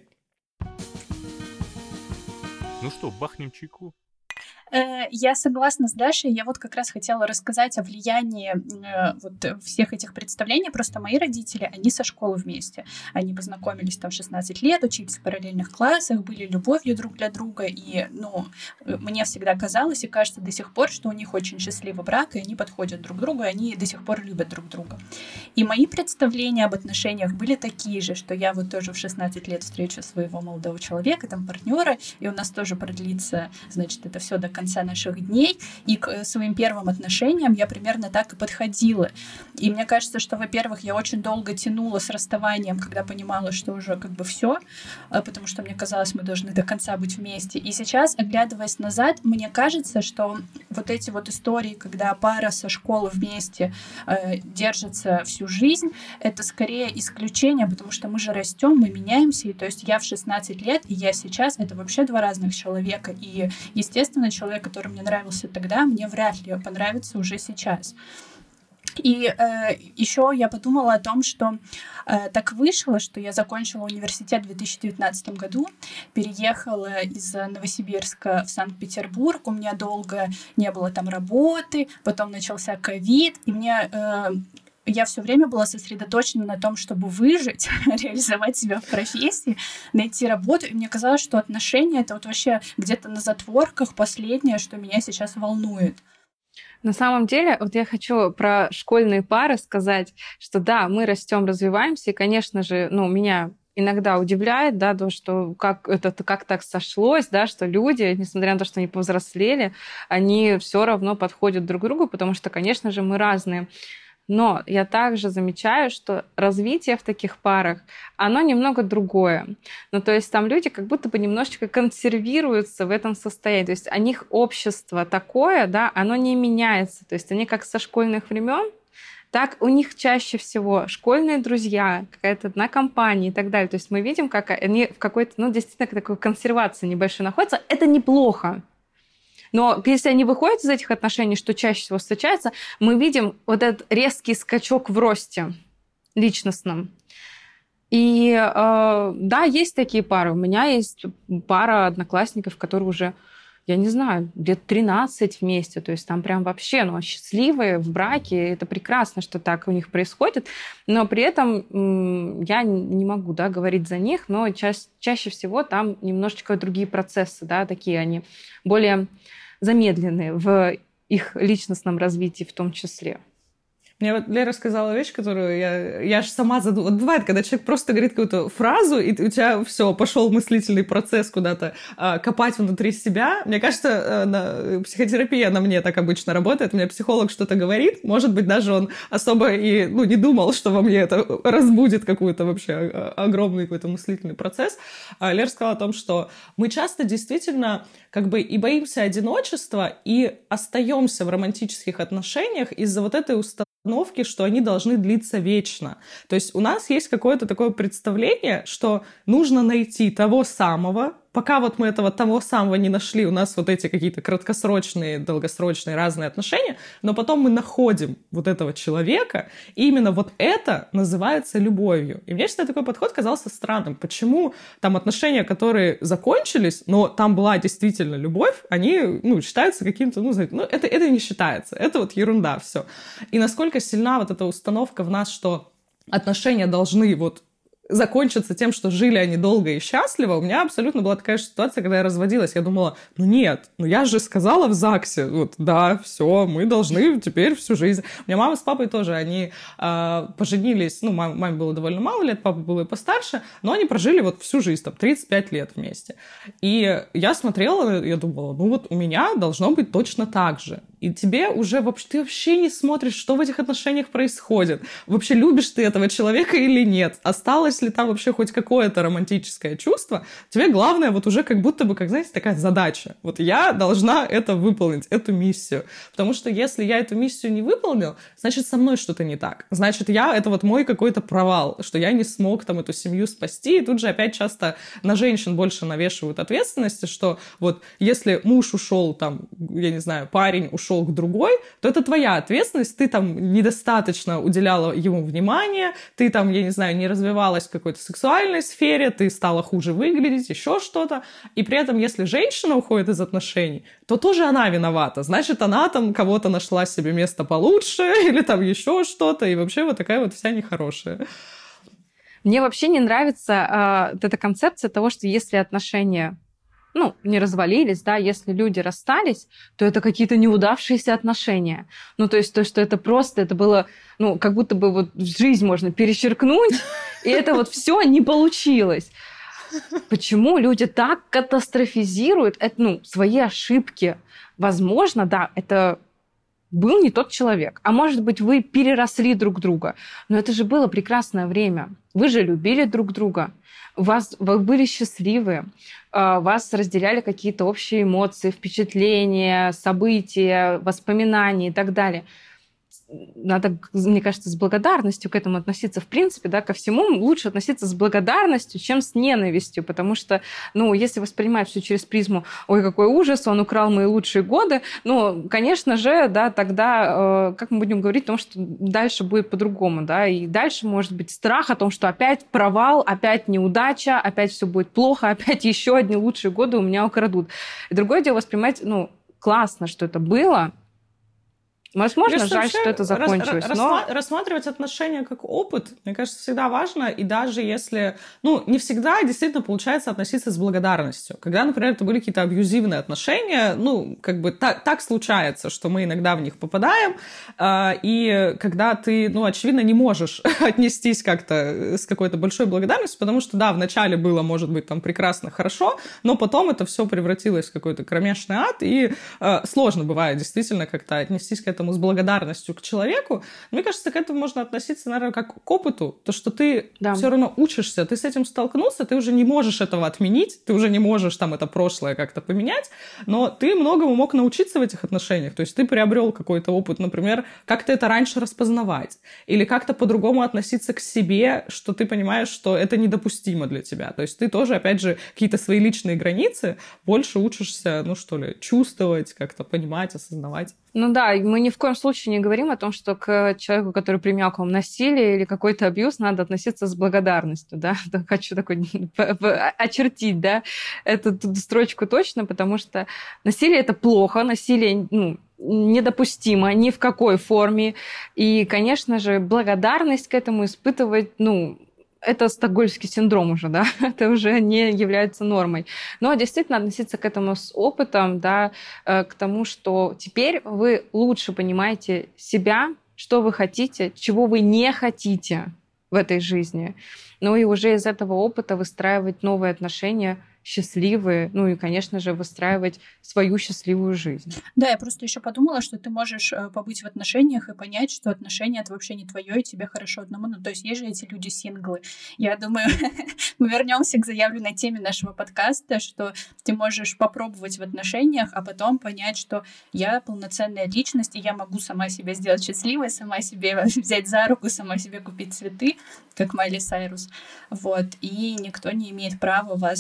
Ну что, бахнем чайку? Я согласна с Дашей. Я вот как раз хотела рассказать о влиянии э, вот всех этих представлений. Просто мои родители, они со школы вместе. Они познакомились там в шестнадцать лет, учились в параллельных классах, были любовью друг для друга. И, ну, мне всегда казалось и кажется до сих пор, что у них очень счастливый брак, и они подходят друг к другу, и они до сих пор любят друг друга. И мои представления об отношениях были такие же, что я вот тоже в шестнадцать лет встречу своего молодого человека, там партнера, и у нас тоже продлится, значит, это все до конца конца наших дней, и к своим первым отношениям я примерно так и подходила. И мне кажется, что, во-первых, я очень долго тянула с расставанием, когда понимала, что уже как бы все, потому что мне казалось, мы должны до конца быть вместе. И сейчас, оглядываясь назад, мне кажется, что вот эти вот истории, когда пара со школы вместе э, держится всю жизнь, это скорее исключение, потому что мы же растем, мы меняемся, и то есть я в шестнадцать лет, и я сейчас, это вообще два разных человека, и, естественно, человек, который мне нравился тогда, мне вряд ли понравится уже сейчас. И э, еще я подумала о том, что э, так вышло, что я закончила университет в две тысячи девятнадцатом году, переехала из Новосибирска в Санкт-Петербург, у меня долго не было там работы, потом начался ковид, и мне... Э, я все время была сосредоточена на том, чтобы выжить, реализовать себя в профессии, найти работу. И мне казалось, что отношения — это вот вообще где-то на затворках последнее, что меня сейчас волнует. На самом деле, вот я хочу про школьные пары сказать, что да, мы растем, развиваемся, и, конечно же, ну, меня иногда удивляет, да, то, что как это как так сошлось, да, что люди, несмотря на то, что они повзрослели, они все равно подходят друг к другу, потому что, конечно же, мы разные. Но я также замечаю, что развитие в таких парах, оно немного другое. Ну, то есть там люди как будто бы немножечко консервируются в этом состоянии. То есть у них общество такое, да, оно не меняется. То есть они как со школьных времен, так у них чаще всего школьные друзья, какая-то одна компания и так далее. То есть мы видим, как они в какой-то, ну, действительно, такой консервации небольшой находятся. Это неплохо. Но если они выходят из этих отношений, что чаще всего встречается, мы видим вот этот резкий скачок в росте личностном. И э, да, есть такие пары. У меня есть пара одноклассников, которые уже, я не знаю, лет тринадцать вместе. То есть там прям вообще, ну, счастливые в браке. Это прекрасно, что так у них происходит. Но при этом м- я не могу, да, говорить за них, но ча- чаще всего там немножечко другие процессы, да, такие они более замедленные в их личностном развитии в том числе. Мне вот Лера сказала вещь, которую я, я же сама задумала. Вот бывает, когда человек просто говорит какую-то фразу, и у тебя все, пошел мыслительный процесс куда-то а, копать внутри себя. Мне кажется, на, психотерапия на мне так обычно работает. Мне психолог что-то говорит, может быть, даже он особо и ну, не думал, что во мне это разбудит какой-то вообще огромный какой-то мыслительный процесс. А Лера сказала о том, что мы часто действительно как бы и боимся одиночества, и остаемся в романтических отношениях из-за вот этой установки, что они должны длиться вечно. То есть у нас есть какое-то такое представление, что нужно найти того самого, пока вот мы этого того самого не нашли, у нас вот эти какие-то краткосрочные, долгосрочные разные отношения, но потом мы находим вот этого человека, и именно вот это называется любовью. И мне всегда такой подход казался странным. Почему там отношения, которые закончились, но там была действительно любовь, они, ну, считаются каким-то, ну, знаете, ну, это, это не считается, это вот ерунда все. И насколько сильна вот эта установка в нас, что отношения должны вот закончиться тем, что жили они долго и счастливо. У меня абсолютно была такая же ситуация, когда я разводилась. Я думала, ну нет, ну я же сказала в ЗАГСе, вот да, все, мы должны теперь всю жизнь. У меня мама с папой тоже, они э, поженились, ну, маме, маме было довольно мало лет, папа был и постарше, но они прожили вот всю жизнь, там, тридцать пять лет вместе. И я смотрела, я думала, ну вот у меня должно быть точно так же. И тебе уже вообще, ты вообще не смотришь, что в этих отношениях происходит. Вообще, любишь ты этого человека или нет? Осталось ли там вообще хоть какое-то романтическое чувство? Тебе главное вот уже как будто бы, как, знаете, такая задача. Вот я должна это выполнить, эту миссию. Потому что если я эту миссию не выполнил, значит, со мной что-то не так. Значит, я, это вот мой какой-то провал, что я не смог там эту семью спасти. И тут же опять часто на женщин больше навешивают ответственности, что вот если муж ушел там, я не знаю, парень ушел к другой, то это твоя ответственность, ты там недостаточно уделяла ему внимания, ты там, я не знаю, не развивалась в какой-то сексуальной сфере, ты стала хуже выглядеть, еще что-то. И при этом, если женщина уходит из отношений, то тоже она виновата. Значит, она там кого-то нашла себе место получше или там еще что-то, и вообще вот такая вот вся нехорошая. Мне вообще не нравится э, вот эта концепция того, что если отношения ну, не развалились, да, если люди расстались, то это какие-то неудавшиеся отношения. Ну, то есть то, что это просто, это было, ну, как будто бы вот жизнь можно перечеркнуть, и это вот все не получилось. Почему люди так катастрофизируют это, ну, свои ошибки? Возможно, да, это был не тот человек. А может быть, вы переросли друг друга. Но это же было прекрасное время. Вы же любили друг друга. У вас, вы были счастливы, вас разделяли какие-то общие эмоции, впечатления, события, воспоминания и так далее. Надо, мне кажется, с благодарностью к этому относиться. В принципе, да, ко всему лучше относиться с благодарностью, чем с ненавистью, потому что, ну, если воспринимать все через призму «Ой, какой ужас, он украл мои лучшие годы», ну, конечно же, да, тогда, э, как мы будем говорить о том, что дальше будет по-другому, да, и дальше может быть страх о том, что опять провал, опять неудача, опять все будет плохо, опять еще одни лучшие годы у меня украдут. И другое дело воспринимать, ну, классно, что это было. Возможно, Мне жаль, что это закончилось. Рас, но... Рассматривать отношения как опыт, мне кажется, всегда важно. И даже если... Ну, не всегда действительно получается относиться с благодарностью. Когда, например, это были какие-то абьюзивные отношения, ну, как бы так, так случается, что мы иногда в них попадаем. И когда ты, ну, очевидно, не можешь отнестись как-то с какой-то большой благодарностью, потому что, да, вначале было, может быть, там прекрасно, хорошо, но потом это все превратилось в какой-то кромешный ад, и сложно бывает действительно как-то отнестись к этому с благодарностью к человеку. Мне кажется, к этому можно относиться, наверное, как к опыту. То, что ты да. все равно учишься, ты с этим столкнулся, ты уже не можешь этого отменить, ты уже не можешь там это прошлое как-то поменять, но ты многому мог научиться в этих отношениях. То есть ты приобрел какой-то опыт, например, как ты это раньше распознавать, или как-то по-другому относиться к себе, что ты понимаешь, что это недопустимо для тебя. То есть ты тоже, опять же, какие-то свои личные границы больше учишься, ну что ли, чувствовать, как-то понимать, осознавать. Ну да, мы ни в коем случае не говорим о том, что к человеку, который применял к вам насилие или какой-то абьюз, надо относиться с благодарностью, да. Хочу такой очертить, да, эту строчку точно, потому что насилие – это плохо, насилие, ну, недопустимо ни в какой форме. И, конечно же, благодарность к этому испытывать, ну, это стокгольмский синдром уже, да, это уже не является нормой. Но действительно относиться к этому с опытом, да, к тому, что теперь вы лучше понимаете себя, что вы хотите, чего вы не хотите в этой жизни. Ну и уже из этого опыта выстраивать новые отношения, счастливые, ну и, конечно же, выстраивать свою счастливую жизнь. Да, я просто еще подумала, что ты можешь побыть в отношениях и понять, что отношения — это вообще не твое, и тебе хорошо одному. Ну, то есть есть же эти люди-синглы. Я думаю, мы вернемся к заявленной теме нашего подкаста, что ты можешь попробовать в отношениях, а потом понять, что я полноценная личность, и я могу сама себя сделать счастливой, сама себе взять за руку, сама себе купить цветы, как Майли Сайрус. Вот. И никто не имеет права вас за это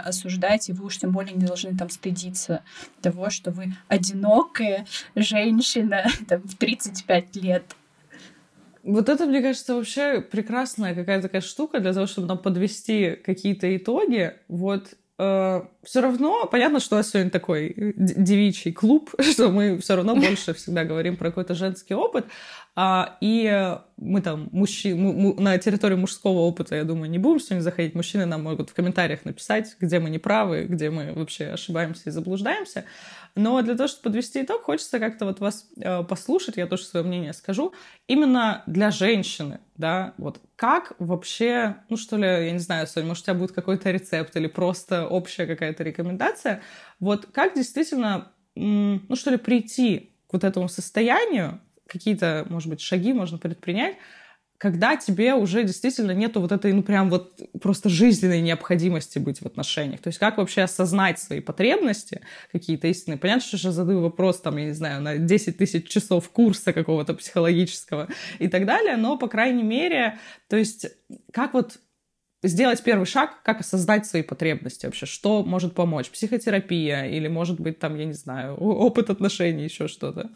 осуждать, и вы уж тем более не должны там стыдиться того, что вы одинокая женщина там, в тридцать пять лет. Вот это, мне кажется, вообще прекрасная какая-то такая штука для того, чтобы нам подвести какие-то итоги. Вот э, все равно, понятно, что у нас сегодня такой девичий клуб, что мы все равно больше всегда говорим про какой-то женский опыт. А, и мы там мужчи... мы, на территории мужского опыта, я думаю, не будем сегодня заходить. Мужчины нам могут в комментариях написать, где мы неправы, где мы вообще ошибаемся и заблуждаемся. Но для того, чтобы подвести итог, хочется как-то вот вас э, послушать, я тоже свое мнение скажу. Именно для женщины, да, вот как вообще, ну что ли, я не знаю, Соня, может, у тебя будет какой-то рецепт или просто общая какая-то рекомендация, вот как действительно, м, ну что ли, прийти к вот этому состоянию, какие-то, может быть, шаги можно предпринять, когда тебе уже действительно нету вот этой, ну, прям вот просто жизненной необходимости быть в отношениях. То есть как вообще осознать свои потребности какие-то истинные. Понятно, что я задаю вопрос, там, я не знаю, на десять тысяч часов курса какого-то психологического и так далее, но, по крайней мере, то есть как вот сделать первый шаг, как осознать свои потребности вообще, что может помочь? Психотерапия или, может быть, там, я не знаю, опыт отношений, еще что-то?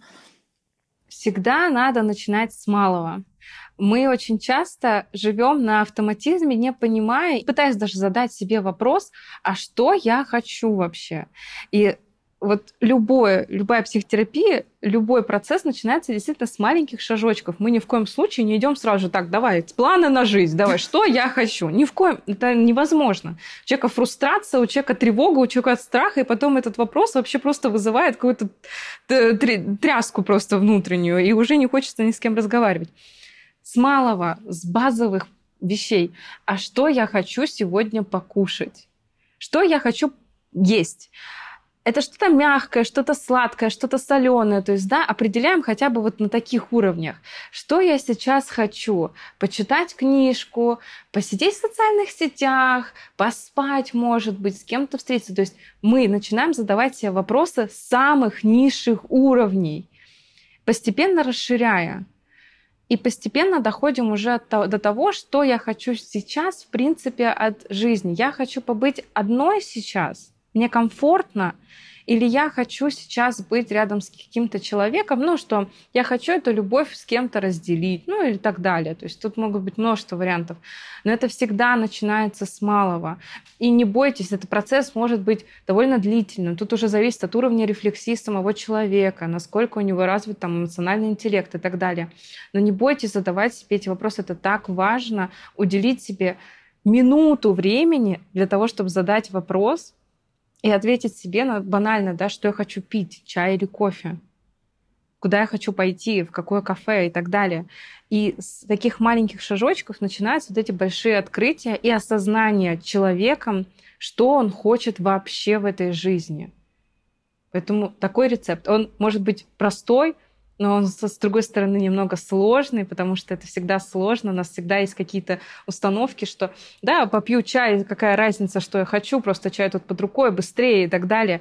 Всегда надо начинать с малого. Мы очень часто живем на автоматизме, не понимая, пытаясь даже задать себе вопрос, а что я хочу вообще? И вот любое, любая психотерапия, любой процесс начинается действительно с маленьких шажочков. Мы ни в коем случае не идем сразу же так, давай, планы на жизнь, давай, что я хочу? Ни в коем, это невозможно. У человека фрустрация, у человека тревога, у человека страх, и потом этот вопрос вообще просто вызывает какую-то тряску просто внутреннюю, и уже не хочется ни с кем разговаривать. С малого, с базовых вещей. А что я хочу сегодня покушать? Что я хочу есть? Это что-то мягкое, что-то сладкое, что-то соленое. То есть, да, определяем хотя бы вот на таких уровнях. Что я сейчас хочу? Почитать книжку, посидеть в социальных сетях, поспать, может быть, с кем-то встретиться. То есть мы начинаем задавать себе вопросы самых низших уровней, постепенно расширяя. И постепенно доходим уже до того, что я хочу сейчас, в принципе, от жизни. Я хочу побыть одной сейчас, мне комфортно, или я хочу сейчас быть рядом с каким-то человеком, ну, что я хочу эту любовь с кем-то разделить, ну, или так далее. То есть тут могут быть множество вариантов. Но это всегда начинается с малого. И не бойтесь, этот процесс может быть довольно длительным. Тут уже зависит от уровня рефлексии самого человека, насколько у него развит там эмоциональный интеллект и так далее. Но не бойтесь задавать себе эти вопросы. Это так важно, уделить себе минуту времени для того, чтобы задать вопрос, и ответить себе на банально, да, что я хочу пить, чай или кофе, куда я хочу пойти, в какое кафе и так далее. И с таких маленьких шажочков начинаются вот эти большие открытия и осознание человеком, что он хочет вообще в этой жизни. Поэтому такой рецепт, он может быть простой, но он, с другой стороны, немного сложный, потому что это всегда сложно. У нас всегда есть какие-то установки, что да, попью чай, какая разница, что я хочу, просто чай тут под рукой, быстрее и так далее.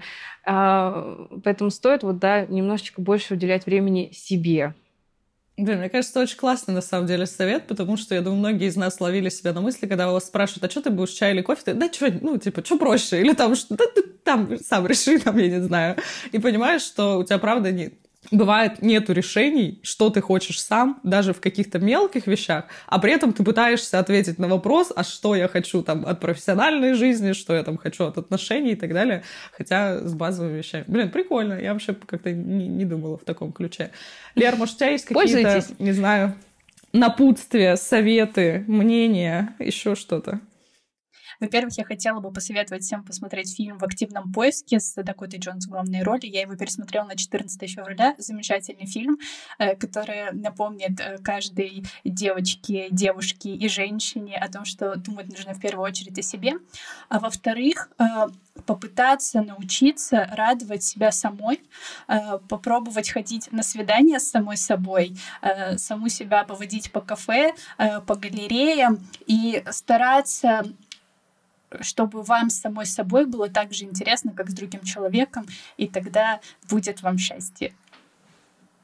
Поэтому стоит вот, да, немножечко больше уделять времени себе. Блин, мне кажется, это очень классный, на самом деле, совет, потому что, я думаю, многие из нас ловили себя на мысли, когда вас спрашивают, а что ты будешь, чай или кофе? Ты, да, что, ну, типа, что проще? Или там, что, да, ты там сам реши, там, я не знаю. И понимаешь, что у тебя, правда, не... Бывает, нету решений, что ты хочешь сам, даже в каких-то мелких вещах, а при этом ты пытаешься ответить на вопрос, а что я хочу там от профессиональной жизни, что я там хочу от отношений и так далее, хотя с базовыми вещами. Блин, прикольно, я вообще как-то не, не думала в таком ключе. Лер, может, у тебя есть какие-то, не знаю, напутствия, советы, мнения, еще что-то? Во-первых, я хотела бы посоветовать всем посмотреть фильм «В активном поиске» с Дакотой Джонс в главной роли. Я его пересмотрела на четырнадцатое февраля. Замечательный фильм, который напомнит каждой девочке, девушке и женщине о том, что думать нужно в первую очередь о себе. А во-вторых, попытаться научиться радовать себя самой, попробовать ходить на свидания с самой собой, саму себя поводить по кафе, по галереям и стараться, чтобы вам с самой собой было так же интересно, как с другим человеком, и тогда будет вам счастье.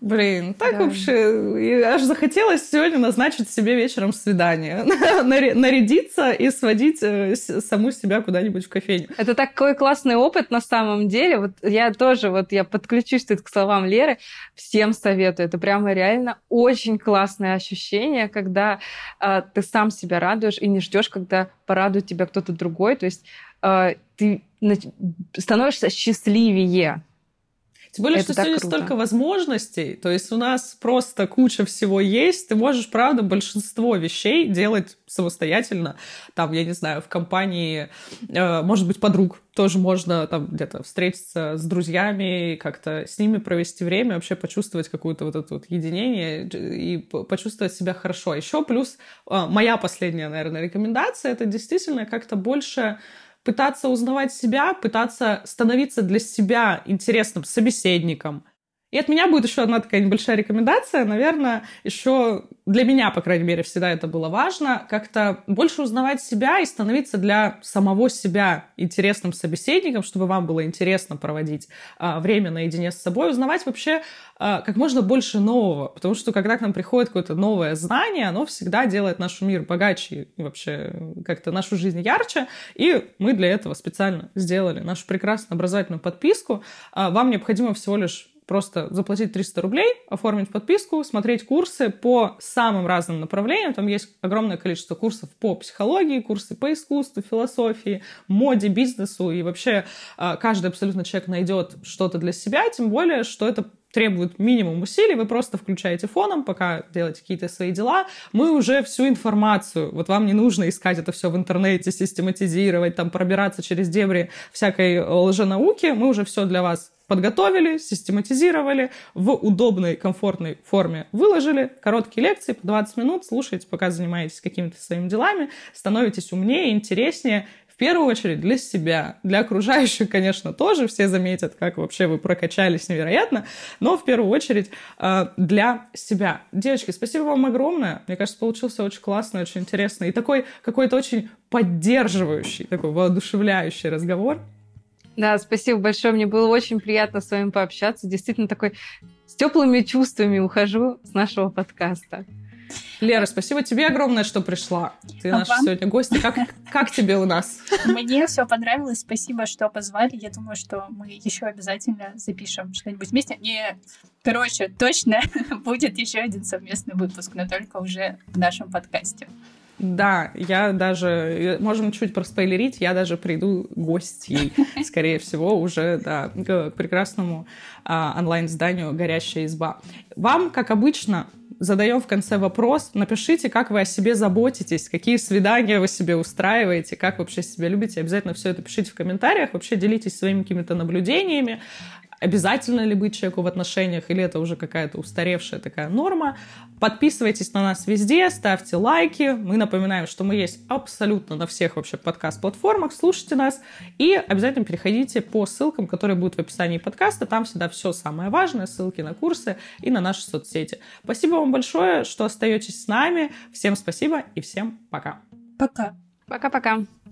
Блин, так Да. вообще, аж захотелось сегодня назначить себе вечером свидание. Нарядиться и сводить саму себя куда-нибудь в кофейню. Это такой классный опыт на самом деле. Вот я тоже, вот я подключусь тут к словам Леры, всем советую. Это прямо реально очень классное ощущение, когда э, ты сам себя радуешь и не ждешь, когда порадует тебя кто-то другой. То есть э, ты становишься счастливее. Тем более, Это что сегодня круто. столько возможностей, то есть у нас просто куча всего есть, ты можешь, правда, большинство вещей делать самостоятельно, там, я не знаю, в компании, э, может быть, подруг, тоже можно там где-то встретиться с друзьями, как-то с ними провести время, вообще почувствовать какое-то вот это вот единение и почувствовать себя хорошо. Еще плюс э, моя последняя, наверное, рекомендация, это действительно как-то больше пытаться узнавать себя, пытаться становиться для себя интересным собеседником. И от меня будет еще одна такая небольшая рекомендация. Наверное, еще для меня, по крайней мере, всегда это было важно. Как-то больше узнавать себя и становиться для самого себя интересным собеседником, чтобы вам было интересно проводить а, время наедине с собой. Узнавать вообще а, как можно больше нового. Потому что когда к нам приходит какое-то новое знание, оно всегда делает наш мир богаче и вообще как-то нашу жизнь ярче. И мы для этого специально сделали нашу прекрасную образовательную подписку. А, вам необходимо всего лишь просто заплатить триста рублей, оформить подписку, смотреть курсы по самым разным направлениям. Там есть огромное количество курсов по психологии, курсы по искусству, философии, моде, бизнесу. И вообще каждый абсолютно человек найдет что-то для себя, тем более, что это требует минимум усилий, вы просто включаете фоном, пока делаете какие-то свои дела, мы уже всю информацию, вот вам не нужно искать это все в интернете, систематизировать, там, пробираться через дебри всякой лженауки, мы уже все для вас подготовили, систематизировали, в удобной, комфортной форме выложили. Короткие лекции по двадцать минут, слушайте, пока занимаетесь какими-то своими делами, становитесь умнее, интереснее, в первую очередь для себя. Для окружающих, конечно, тоже все заметят, как вообще вы прокачались невероятно, но в первую очередь э, для себя. Девочки, спасибо вам огромное. Мне кажется, получился очень классный, очень интересный и такой какой-то очень поддерживающий, такой воодушевляющий разговор. Да, спасибо большое. Мне было очень приятно с вами пообщаться. Действительно, такой с теплыми чувствами ухожу с нашего подкаста. Лера, спасибо тебе огромное, что пришла. Ты А наша вам? сегодня гостья. Как, как тебе у нас? Мне все понравилось, спасибо, что позвали. Я думаю, что мы еще обязательно запишем что-нибудь вместе. Не, короче, точно будет еще один совместный выпуск, но только уже в нашем подкасте. Да, я даже, можем чуть проспойлерить, я даже приду гостьей, скорее всего, уже да, к прекрасному а, онлайн-изданию «Горящая изба». Вам, как обычно, задаем в конце вопрос. Напишите, как вы о себе заботитесь, какие свидания вы себе устраиваете, как вообще себя любите. Обязательно все это пишите в комментариях, вообще делитесь своими какими-то наблюдениями. Обязательно ли быть человеку в отношениях, или это уже какая-то устаревшая такая норма. Подписывайтесь на нас везде, ставьте лайки. Мы напоминаем, что мы есть абсолютно на всех вообще подкаст-платформах. Слушайте нас. И обязательно переходите по ссылкам, которые будут в описании подкаста. Там всегда все самое важное, ссылки на курсы и на наши соцсети. Спасибо вам большое, что остаетесь с нами. Всем спасибо и всем пока. Пока. Пока-пока.